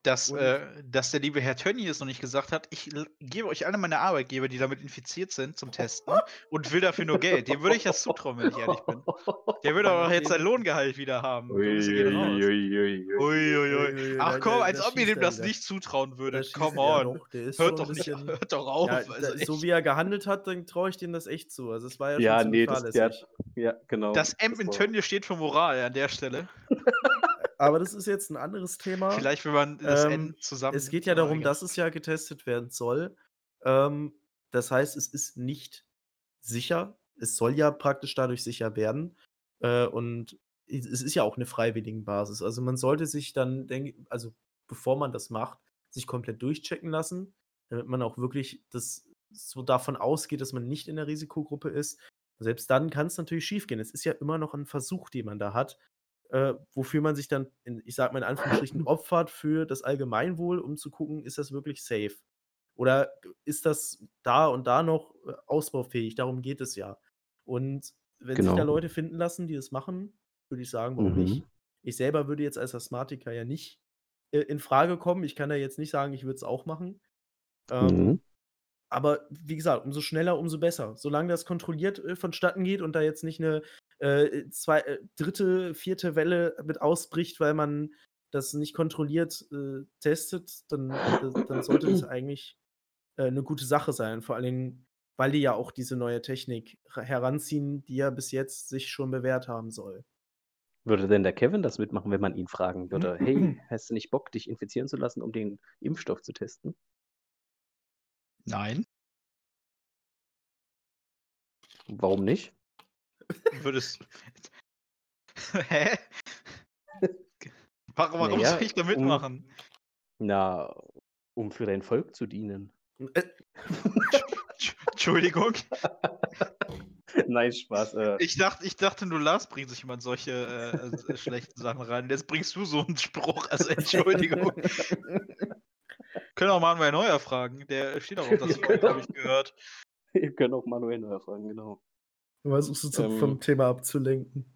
dass, Und dass der liebe Herr Tönnies noch nicht gesagt hat, ich gebe euch alle meine Arbeitgeber, die damit infiziert sind, zum Testen und will dafür nur Geld. Dem würde ich das zutrauen, wenn ich ehrlich bin. Der würde ja, auch jetzt sein den, Lohngehalt wieder haben. Grüße gehen raus. Uiuiuiui. Uiuiui. Uiuiui, Ach komm, als da ob ihr schießt dem er das wieder. nicht zutrauen Da würdet. schießt Come er, ja on. doch, der ist Hört schon ein doch nicht, bisschen. hört doch Ja, auf. Also so echt. wie er gehandelt hat, dann traue ich dem das echt zu. Also es war ja schon Ja, ziemlich nee, der fahrlässig. ja, genau. Das M Das in war- Tönnies steht für Moral an der Stelle. Aber das ist jetzt ein anderes Thema. Vielleicht, wenn man das N Ähm, zusammen. Es geht ja darum, dass es ja getestet werden soll. Das heißt, es ist nicht sicher. Es soll ja praktisch dadurch sicher werden. Und es ist ja auch eine freiwillige Basis. Also man sollte sich dann, also bevor man das macht, sich komplett durchchecken lassen, damit man auch wirklich das so davon ausgeht, dass man nicht in der Risikogruppe ist. Selbst dann kann es natürlich schiefgehen. Es ist ja immer noch ein Versuch, den man da hat, wofür man sich dann, ich sage mal in Anführungsstrichen, opfert für das Allgemeinwohl, um zu gucken, ist das wirklich safe? Oder ist das da und da noch ausbaufähig? Darum geht es ja. Und wenn sich da Genau. Leute finden lassen, die das machen, würde ich sagen, warum nicht? Ich selber würde jetzt als Asthmatiker ja nicht in Frage kommen. Ich kann da jetzt nicht sagen, ich würde es auch machen. Mhm. Aber wie gesagt, umso schneller, umso besser. Solange das kontrolliert vonstatten geht und da jetzt nicht eine dritte, vierte Welle mit ausbricht, weil man das nicht kontrolliert testet, dann sollte das eigentlich eine gute Sache sein. Vor allen Dingen, weil die ja auch diese neue Technik heranziehen, die ja bis jetzt sich schon bewährt haben soll. Würde denn der Kevin das mitmachen, wenn man ihn fragen würde, hey, hast du nicht Bock, dich infizieren zu lassen, um den Impfstoff zu testen? Nein. Warum nicht? Würdest. Hä? Warum Naja, soll ich da mitmachen? Na, um für dein Volk zu dienen. Entschuldigung. Nein, Spaß. Ich dachte nur, Lars bringt sich immer in solche schlechten Sachen rein. Jetzt bringst du so einen Spruch. Also Entschuldigung. Können auch Manuel Neuer fragen. Der steht auch auf das Volk, habe ich gehört. Wir können auch Manuel Neuer fragen, genau. Du versuchst vom Thema abzulenken.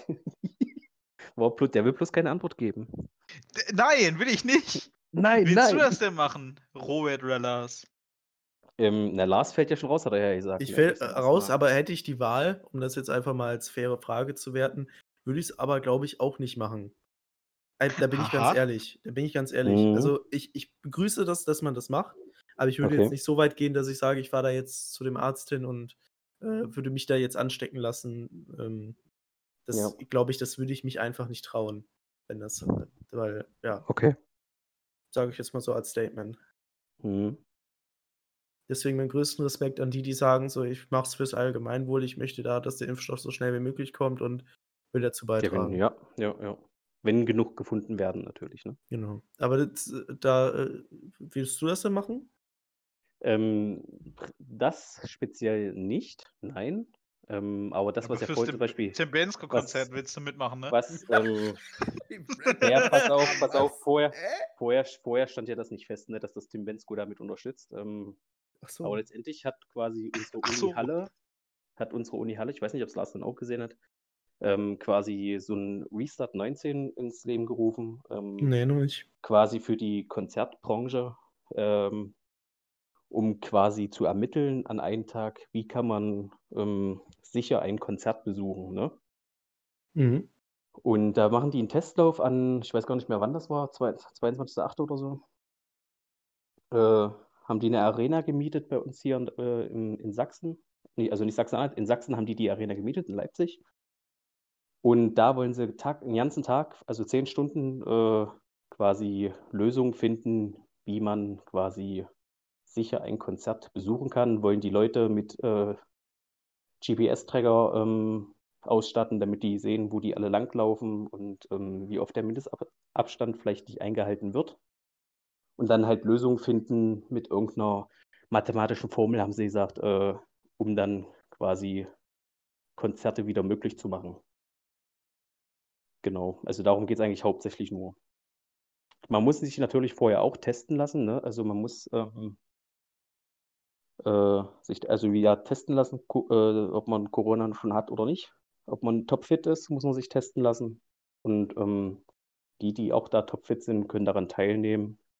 Der will bloß keine Antwort geben. Nein, will ich nicht. Nein, Willst du das denn machen, Robert oder Lars? Na, Lars fällt ja schon raus, hat er ja gesagt. Ich fäll raus, aber hätte ich die Wahl, um das jetzt einfach mal als faire Frage zu werten, würde ich es aber, glaube ich, auch nicht machen. Da bin ich ganz Aha. ehrlich. Also ich begrüße das, dass man das macht, aber ich würde Okay. jetzt nicht so weit gehen, dass ich sage, ich fahre da jetzt zu dem Arzt hin und würde mich da jetzt anstecken lassen. Das glaube ich, das würde ich mich einfach nicht trauen, wenn das, weil, ja, Okay. sage ich jetzt mal so als Statement. Mhm. Deswegen meinen größten Respekt an die sagen, so, ich mache es fürs Allgemeinwohl, ich möchte da, dass der Impfstoff so schnell wie möglich kommt und will dazu beitragen. Ja. Wenn genug gefunden werden, natürlich, ne? Genau. Aber willst du das denn machen? Das speziell nicht, nein. Aber das, was ja vorhin zum Beispiel. Tim Bensko-Konzert willst du mitmachen, ne? Ja, pass auf, vorher stand ja das nicht fest, ne, dass das Tim Bensko damit unterstützt. Ach so. Aber letztendlich hat quasi unsere Uni Halle, ich weiß nicht, ob es Lars dann auch gesehen hat, quasi so ein Restart 19 ins Leben gerufen. Nee, noch nicht. Quasi für die Konzertbranche, um quasi zu ermitteln an einem Tag, wie kann man sicher ein Konzert besuchen, ne? Mhm. Und da machen die einen Testlauf an, ich weiß gar nicht mehr, wann das war, 22.08. oder so. Haben die eine Arena gemietet bei uns hier in Sachsen. Nee, also nicht Sachsen-Anhalt, in Sachsen haben die Arena gemietet, in Leipzig. Und da wollen sie den ganzen Tag, also 10 Stunden, quasi Lösungen finden, wie man quasi sicher ein Konzert besuchen kann. Wollen die Leute mit GPS-Tracker ausstatten, damit die sehen, wo die alle langlaufen und wie oft der Mindestabstand vielleicht nicht eingehalten wird. Und dann halt Lösungen finden mit irgendeiner mathematischen Formel, haben sie gesagt, um dann quasi Konzerte wieder möglich zu machen. Genau, also darum geht es eigentlich hauptsächlich nur. Man muss sich natürlich vorher auch testen lassen, ne? Also man muss sich testen lassen, ob man Corona schon hat oder nicht. Ob man topfit ist, muss man sich testen lassen. Und die auch da topfit sind, können daran teilnehmen.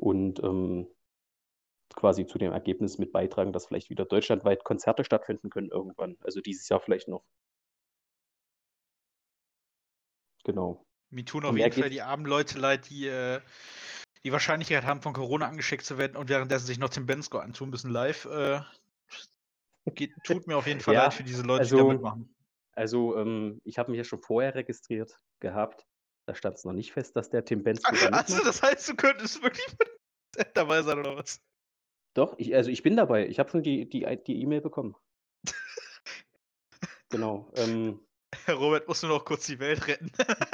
und quasi zu dem Ergebnis mit beitragen, dass vielleicht wieder deutschlandweit Konzerte stattfinden können irgendwann. Also dieses Jahr vielleicht noch. Genau. Mir tun Und auf mehr jeden Fall geht's. die armen Leute leid, die die Wahrscheinlichkeit haben, von Corona angesteckt zu werden und währenddessen sich noch Tim Bensko antun müssen live. Tut mir auf jeden Fall leid für Ja, diese Leute, die da also, mitmachen. ich habe mich ja schon vorher registriert gehabt. Da stand es noch nicht fest, dass der Tim Bensko da Also, mitmacht. das heißt, du könntest wirklich dabei sein, oder was? Doch, ich bin dabei. Ich habe schon die E-Mail bekommen. Genau. Herr Robert muss nur noch kurz die Welt retten.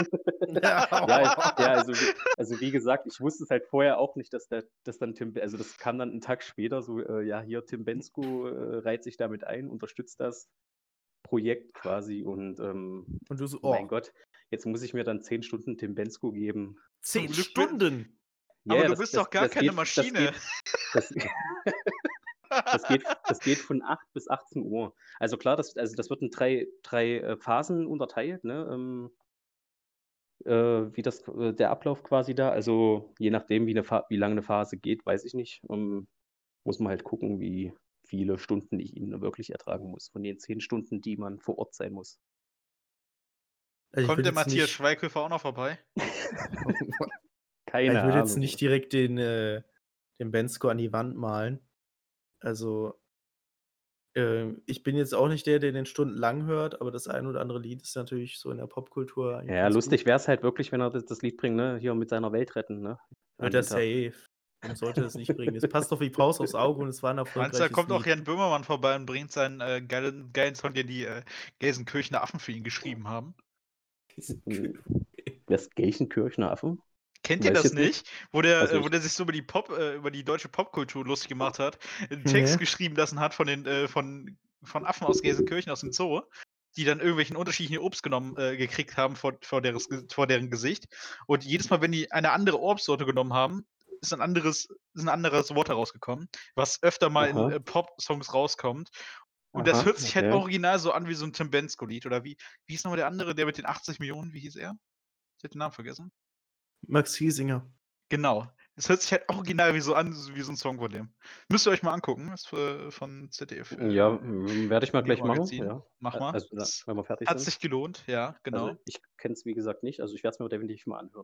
Also wie gesagt, ich wusste es halt vorher auch nicht, dass dann also das kam dann einen Tag später so, ja, hier Tim Bensko reiht sich damit ein, unterstützt das Projekt quasi und Und du so, mein Gott, jetzt muss ich mir dann 10 Stunden Tim Bensko geben. 10 Glück mit- Stunden! Aber Ja, du bist doch gar keine Maschine. Das geht von 8 bis 18 Uhr. Also klar, das wird in drei Phasen unterteilt, ne? Wie der Ablauf quasi da. Also je nachdem, wie lange eine Phase geht, weiß ich nicht. Muss man halt gucken, wie viele Stunden ich ihn wirklich ertragen muss. Von den 10 Stunden, die man vor Ort sein muss. Also Kommt der jetzt Matthias nicht, Schweighöfer auch noch vorbei? Keine ich würde jetzt Ahnung. nicht direkt den Bensko an die Wand malen. Also, ich bin jetzt auch nicht der den stundenlang hört, aber das ein oder andere Lied ist natürlich so in der Popkultur eigentlich Ja, ganz lustig gut. wäre es halt wirklich, wenn er das Lied bringt, ne? Hier mit seiner Welt retten, ne? Hört er safe. Warum sollte er das nicht bringen? Es passt doch wie Faust aufs Auge und es war ein Meinst du, da erfolgreiches kommt auch Lied. Jan Böhmermann vorbei und bringt seinen geilen Song, den die Gelsenkirchener Affen für ihn geschrieben haben? Das Gelsenkirchener Affen? Kennt ihr Weiß ich das jetzt nicht. nicht? Wo der, Also wo der sich so über die deutsche Popkultur lustig gemacht hat, einen Nee. Text geschrieben lassen hat von Affen aus Gelsenkirchen aus dem Zoo, die dann irgendwelchen unterschiedlichen Obst gekriegt haben vor deren Gesicht. Und jedes Mal, wenn die eine andere Obstsorte genommen haben, ist ein anderes Wort herausgekommen, was öfter mal Aha. in Pop-Songs rauskommt. Und das Aha, hört sich halt okay. original so an wie so ein Tim Bensko-Lied. Oder wie hieß nochmal der andere, der mit den 80 Millionen, wie hieß er? Ich hab den Namen vergessen. Max Giesinger. Genau. Es hört sich halt original wie so an, wie so ein Song von dem. Müsst ihr euch mal angucken. Das ist von ZDF. Ja, werde ich mal gleich machen. Neo-Magazin. Ja. Mach mal. Also, Das wenn wir fertig hat sind. sich gelohnt, ja, genau. Also, ich kenne es wie gesagt nicht. Also, ich werde es mir definitiv mal anhören.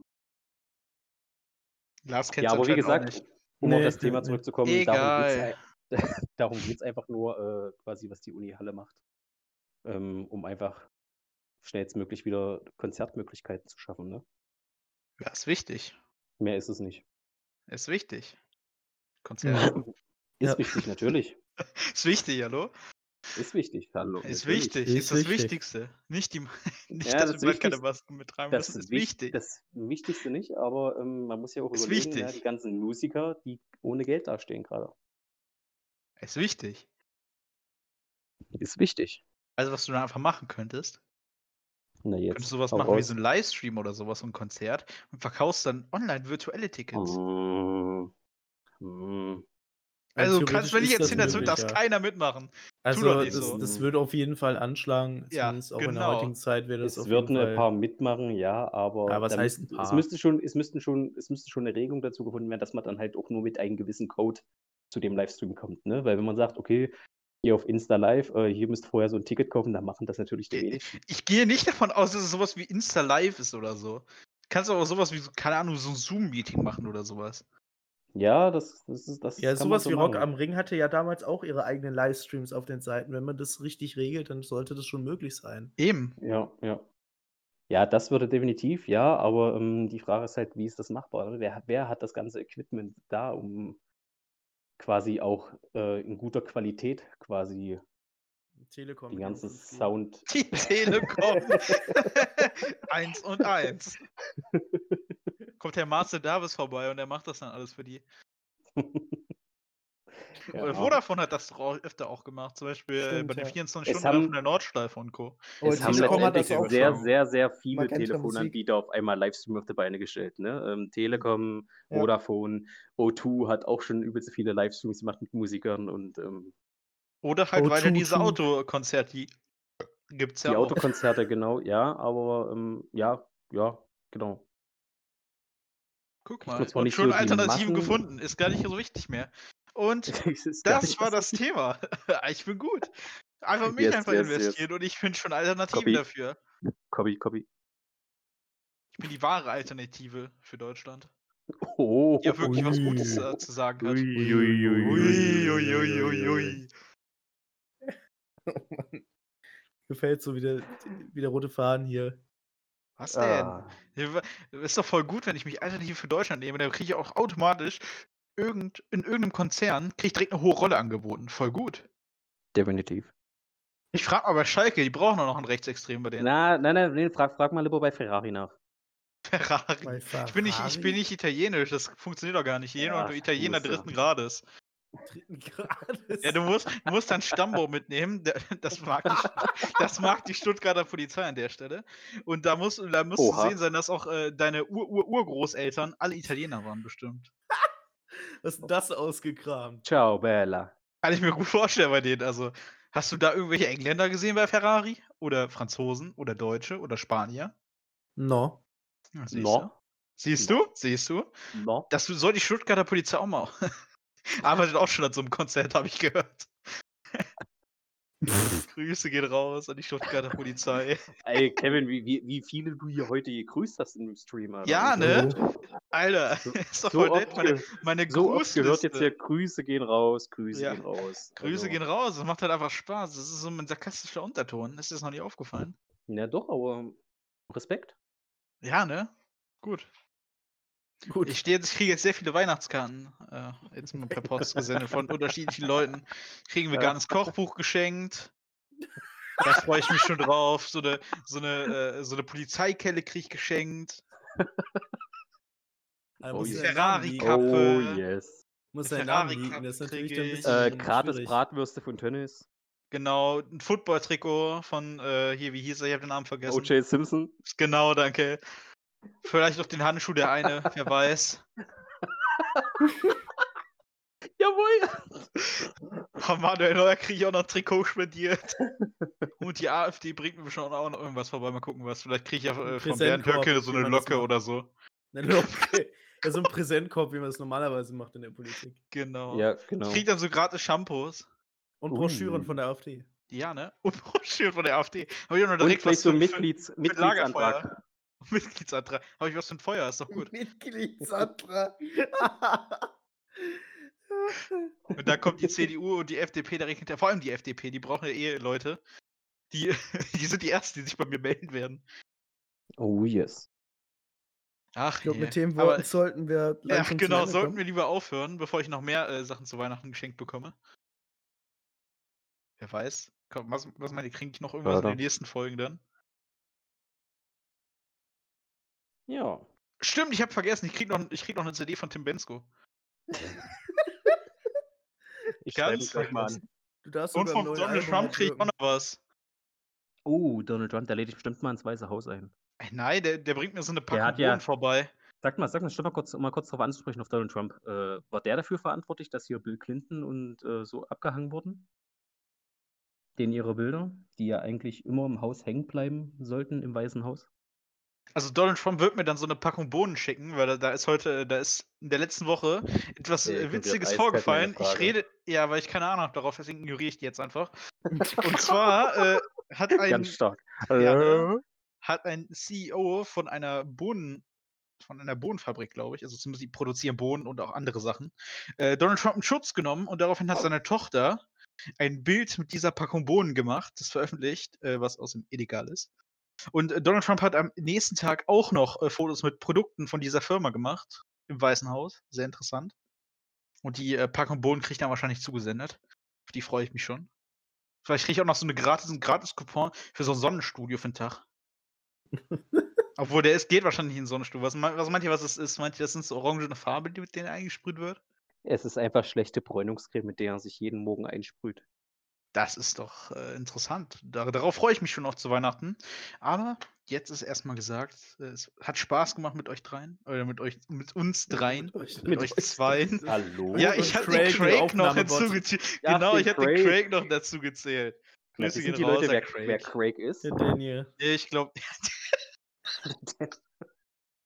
Lars kennt Ja, es aber wie anscheinend auch gesagt, nicht. um auf Nee, das Thema nee. zurückzukommen, Egal. darum geht's einfach nur, quasi, was die Uni Halle macht, um einfach schnellstmöglich wieder Konzertmöglichkeiten zu schaffen, ne? Ja, ist wichtig. Mehr ist es nicht. Ist wichtig. Konzerte. Ist Ja. wichtig, natürlich. Ist wichtig, hallo? Ist wichtig, hallo. Ist natürlich. wichtig. Ist Ist das wichtig. Wichtigste. Nicht, Ja, dass das wir bald keine Wichtigste- Masken mittragen müssen. Ist wichtig. Das Wichtigste nicht, aber man muss ja auch Ist überlegen, wichtig. die ganzen Musiker, die ohne Geld dastehen gerade. Ist wichtig. Ist wichtig. Also, was du dann einfach machen könntest, Na könntest jetzt. sowas hau machen wie raus. so ein Livestream oder sowas, so ein Konzert und verkaufst dann online virtuelle Tickets. Also, du kannst theoretisch mir nicht ist das erzählen, als würde möglich, das ja. keiner mitmachen. Also, doch nicht das, so. das würde auf jeden Fall anschlagen, Ja, zumindest auch in der genau. heutigen Zeit wäre das Es auf würden jeden ein Fall. paar mitmachen, ja, aber Ja, was da heißt ein es paar? müsste schon eine Regelung dazu gefunden werden, dass man dann halt auch nur mit einem gewissen Code zu dem Livestream kommt, ne? Weil wenn man sagt, okay, hier auf Insta Live, hier müsst vorher so ein Ticket kaufen, dann machen das natürlich die wenigsten. Ich gehe nicht davon aus, dass es sowas wie Insta Live ist oder so. Du kannst aber sowas wie, keine Ahnung, so ein Zoom-Meeting machen oder sowas. Ja, das Ja, kann man sowas so wie Rock machen. am Ring hatte ja damals auch ihre eigenen Livestreams auf den Seiten. Wenn man das richtig regelt, dann sollte das schon möglich sein. Eben. Ja, ja. Ja, das würde definitiv, ja, aber die Frage ist halt, wie ist das machbar? Ne? Wer hat das ganze Equipment da, um quasi auch in guter Qualität quasi Telekom die mit ihrem ganzen 5G. Sound. Die Telekom. 1 und 1. Kommt der Marcel Davis vorbei und der macht das dann alles für die. Ja. Vodafone hat das doch öfter auch gemacht, zum Beispiel Stimmt, bei den ja. 24 Es Stunden haben- von der Nordschleife und Co. Oh, Es haben Telekom hat das letztendlich auch sehr, schon. sehr, sehr viele Magenta Musik. Telefonanbieter auf einmal Livestream auf die Beine gestellt. Ne? Telekom, Ja. Vodafone, O2 hat auch schon übelst viele Livestreams gemacht mit Musikern und Oder halt Oh, weiter tu, diese tu. Autokonzerte, die gibt's die ja auch. Autokonzerte, genau, ja, aber ja, genau. Guck Kriegt man mal. zwar Und nicht schon so die Alternativen Massen. gefunden. Ist gar nicht so wichtig mehr. Und Das ist gar das nicht war das. das Thema. Ich bin gut. Einfach mich Yes, einfach yes, yes. investieren und ich finde schon Alternativen Copy. dafür. Copy. Ich bin die wahre Alternative für Deutschland. Oh. Die auch wirklich was Gutes Ui. zu sagen hat. Ui. Gefällt so wie der rote Faden hier. Was denn? Ah. Ist doch voll gut, wenn ich mich alternativ für Deutschland nehme. Dann kriege ich auch automatisch in irgendeinem Konzern kriege ich direkt eine hohe Rolle angeboten. Voll gut. Definitiv. Ich frage mal bei Schalke, die brauchen doch noch einen Rechtsextremen bei denen. Nein, frag mal lieber bei Ferrari nach. Ferrari. Bei Ich bin nicht italienisch, das funktioniert doch gar nicht. Jeder Ja, nur Italiener muss ja. dritten Grades. Dritten Grades. Ja, du musst dann Stambo mitnehmen. Das mag die Stuttgarter Polizei an der Stelle. Und da muss zu Oha. sehen sein, dass auch deine Urgroßeltern alle Italiener waren, bestimmt. Was ist denn das ausgekramt? Ciao, Bella. Kann ich mir gut vorstellen bei denen. Also, hast du da irgendwelche Engländer gesehen bei Ferrari? Oder Franzosen? Oder Deutsche? Oder Spanier? No. Ja, siehst du? No. Siehst du? No. Das soll die Stuttgarter Polizei auch mal. Arbeitet auch schon an so einem Konzert, habe ich gehört. Grüße gehen raus an die Stuttgarter Polizei. Ey, Kevin, wie viele du hier heute gegrüßt hast im Stream, Alter. Ja, ne? Oh. Alter, So- ist doch so voll oft nett. Meine So oft gehört Grußliste. jetzt hier Grüße gehen raus, Grüße Ja. gehen raus. Grüße Also, gehen raus. Das macht halt einfach Spaß. Das ist so ein sarkastischer Unterton. Ist dir das noch nie aufgefallen? Ja, doch, aber Respekt. Ja, ne? Gut. Gut. Ich kriege jetzt sehr viele Weihnachtskarten jetzt mal per Post gesendet von unterschiedlichen Leuten. Kriege ein veganes Kochbuch geschenkt. Da freue ich mich schon drauf. So eine Polizeikelle kriege ich geschenkt. Also Oh muss yes. dein Name Ferrari liegen. Cup. Oh, Kappe. yes. Muss Eine dein Name Ferrari liegen. Das ist natürlich kriege dann ein ich. bisschen Gratis schwierig. Bratwürste von Tönnies. Genau, ein Football-Trikot von, hier, wie hieß er? Ich habe den Namen vergessen. O.J. Simpson. Genau, danke. Vielleicht noch den Handschuh der eine, wer weiß. Jawohl. Von Manuel Neuer kriege ich auch noch ein Trikot spendiert. Und die AfD bringt mir schon auch noch irgendwas vorbei. Mal gucken, was. Vielleicht kriege ich ja von Bernd Präsentkorb, Höcke so wie eine man das Locke macht. oder so. Eine Locke. Ja, so ein Präsentkorb, wie man es normalerweise macht in der Politik. Genau. Ja, Ich genau. kriege dann so gratis Shampoos. Und Ui. Broschüren von der AfD. Ja, ne? Und Broschüren von der AfD. Habe ich auch noch Und direkt vielleicht was so ein für Mitgliedsantrag. Lagerfeuer. Mitgliedsantrag. Habe ich was für ein Feuer? Ist doch gut. Mitgliedsantrag. Und dann kommt die CDU und die FDP direkt hinterher. Vor allem die FDP, die brauchen ja Leute. Die sind die Ersten, die sich bei mir melden werden. Oh, yes. Ach, Ich glaube, je. mit dem Aber- Worten sollten wir Ja, langsam genau, zum Ende sollten kommen. wir lieber aufhören, bevor ich noch mehr Sachen zu Weihnachten geschenkt bekomme. Wer weiß. Komm, was meint ihr, kriege ich noch irgendwas in Warte. den nächsten Folgen dann? Ja. Stimmt, ich habe vergessen, ich krieg noch eine CD von Tim Bensko. Ich Ganz schreibe gleich mal an. Du darfst Und sogar von im neuen Donald Album Trump kriege ich auch mitwirken. noch was. Oh, Donald Trump, der lädt dich bestimmt mal ins Weiße Haus ein. Nein, der bringt mir so eine Packung hat ja- Bohnen vorbei. Sag mal, stopp mal kurz darauf anzusprechen auf Donald Trump. War der dafür verantwortlich, dass hier Bill Clinton und so abgehangen wurden? Den ihre Bilder, die ja eigentlich immer im Haus hängen bleiben sollten, im Weißen Haus? Also Donald Trump wird mir dann so eine Packung Bohnen schicken, weil da ist in der letzten Woche etwas Okay, Witziges eiskalt vorgefallen. meine Frage. Weil ich keine Ahnung habe darauf, deswegen ignoriere ich die jetzt einfach. Und zwar hat Ganz stark. Ja, ne? hat ein CEO von einer Bohnenfabrik, glaube ich, also zumindest die produzieren Bohnen und auch andere Sachen, Donald Trump in Schutz genommen und daraufhin hat seine Tochter ein Bild mit dieser Packung Bohnen gemacht, das veröffentlicht, was außerdem illegal ist. Und Donald Trump hat am nächsten Tag auch noch Fotos mit Produkten von dieser Firma gemacht, im Weißen Haus, sehr interessant. Und die Packung Bohnen kriegt er wahrscheinlich zugesendet. Auf die freue ich mich schon. Vielleicht kriege ich auch noch so einen Gratis-Coupon für so ein Sonnenstudio für den Tag. Obwohl, geht wahrscheinlich in ein Sonnenstudio. Was meint ihr, was es ist? Meint ihr, das sind so orangene Farbe, mit denen eingesprüht wird? Es ist einfach schlechte Bräunungscreme, mit der er sich jeden Morgen einsprüht. Das ist doch interessant. Darauf freue ich mich schon auch zu Weihnachten. Aber jetzt ist erstmal gesagt, es hat Spaß gemacht mit euch dreien. Oder mit uns dreien. Mit euch zweien. Hallo? Ja, Und ich habe Craig, den Craig der noch Aufnahmebot. hinzugezählt. Ja, Genau, den ich habe den Craig. Craig noch dazu gezählt. Na, Grüße wissen gehen die raus, Leute, Herr wer Craig. Craig ist? Der Daniel. Ich glaube,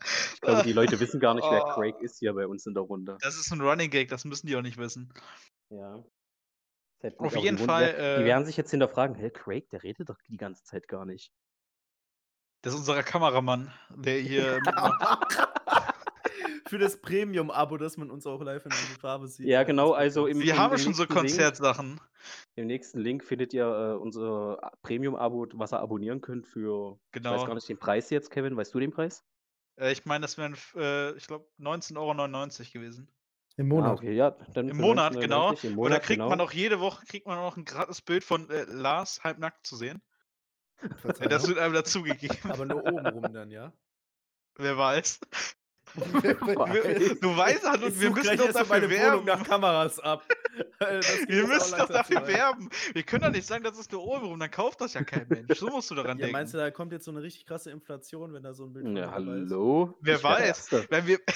Ich glaube, die Leute wissen gar nicht, wer Oh. Craig ist hier bei uns in der Runde. Das ist ein Running Gag, das müssen die auch nicht wissen. Ja. Das hätte Auf mich auch jeden gewundert. Fall, Die werden sich jetzt hinterfragen, hä, Craig, der redet doch die ganze Zeit gar nicht. das ist unser Kameramann, der hier mitmacht. Für das Premium-Abo, dass man uns auch live in unserer Farbe sieht. Ja, genau, also im, Wir im, haben im schon so nächsten Link, Konzertsachen. im nächsten Link findet ihr unser Premium-Abo, was ihr abonnieren könnt für, ich weiß gar Genau. nicht den Preis jetzt, Kevin, weißt du den Preis? Ich meine, das wären, ich glaube, 19,99 € gewesen. Im Ah, Monat. okay, ja, dann Im für Monat, genau. 19,99 im Und da Monat, kriegt man genau. auch jede Woche auch ein gratis Bild von Lars halbnackt zu sehen. Das Verzeihung. wird einem dazugegeben. Aber nur oben rum dann, ja? Wer weiß. Weiß. Du weißt, Ich wir such müssen gleich doch erst mal dafür meine Wohnung nach werben. Kameras ab. Das geht Wir jetzt auch müssen doch langsam zu dafür weit. werben. Wir können doch nicht sagen, das ist nur obenrum, dann kauft das ja kein Mensch. So musst du daran Ja, meinst du, denken. da kommt jetzt so eine richtig krasse Inflation, wenn da so ein Bild von Ja, mir dabei ist? hallo? Wer Ich wär der weiß. Erste. Wenn wir.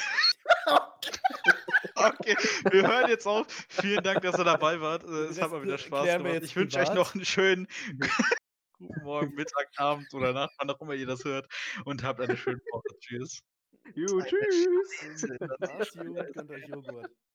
Okay, wir hören jetzt auf. Vielen Dank, dass ihr dabei wart. Es hat mal wieder Spaß klären wir gemacht. jetzt Ich wünsche euch privat. noch einen schönen guten Morgen, Mittag, Abend oder Nacht, wann auch immer ihr das hört. Und habt eine schöne Woche. Tschüss. Jo, tschüss. Macht's gut, gönnt euch Joghurt.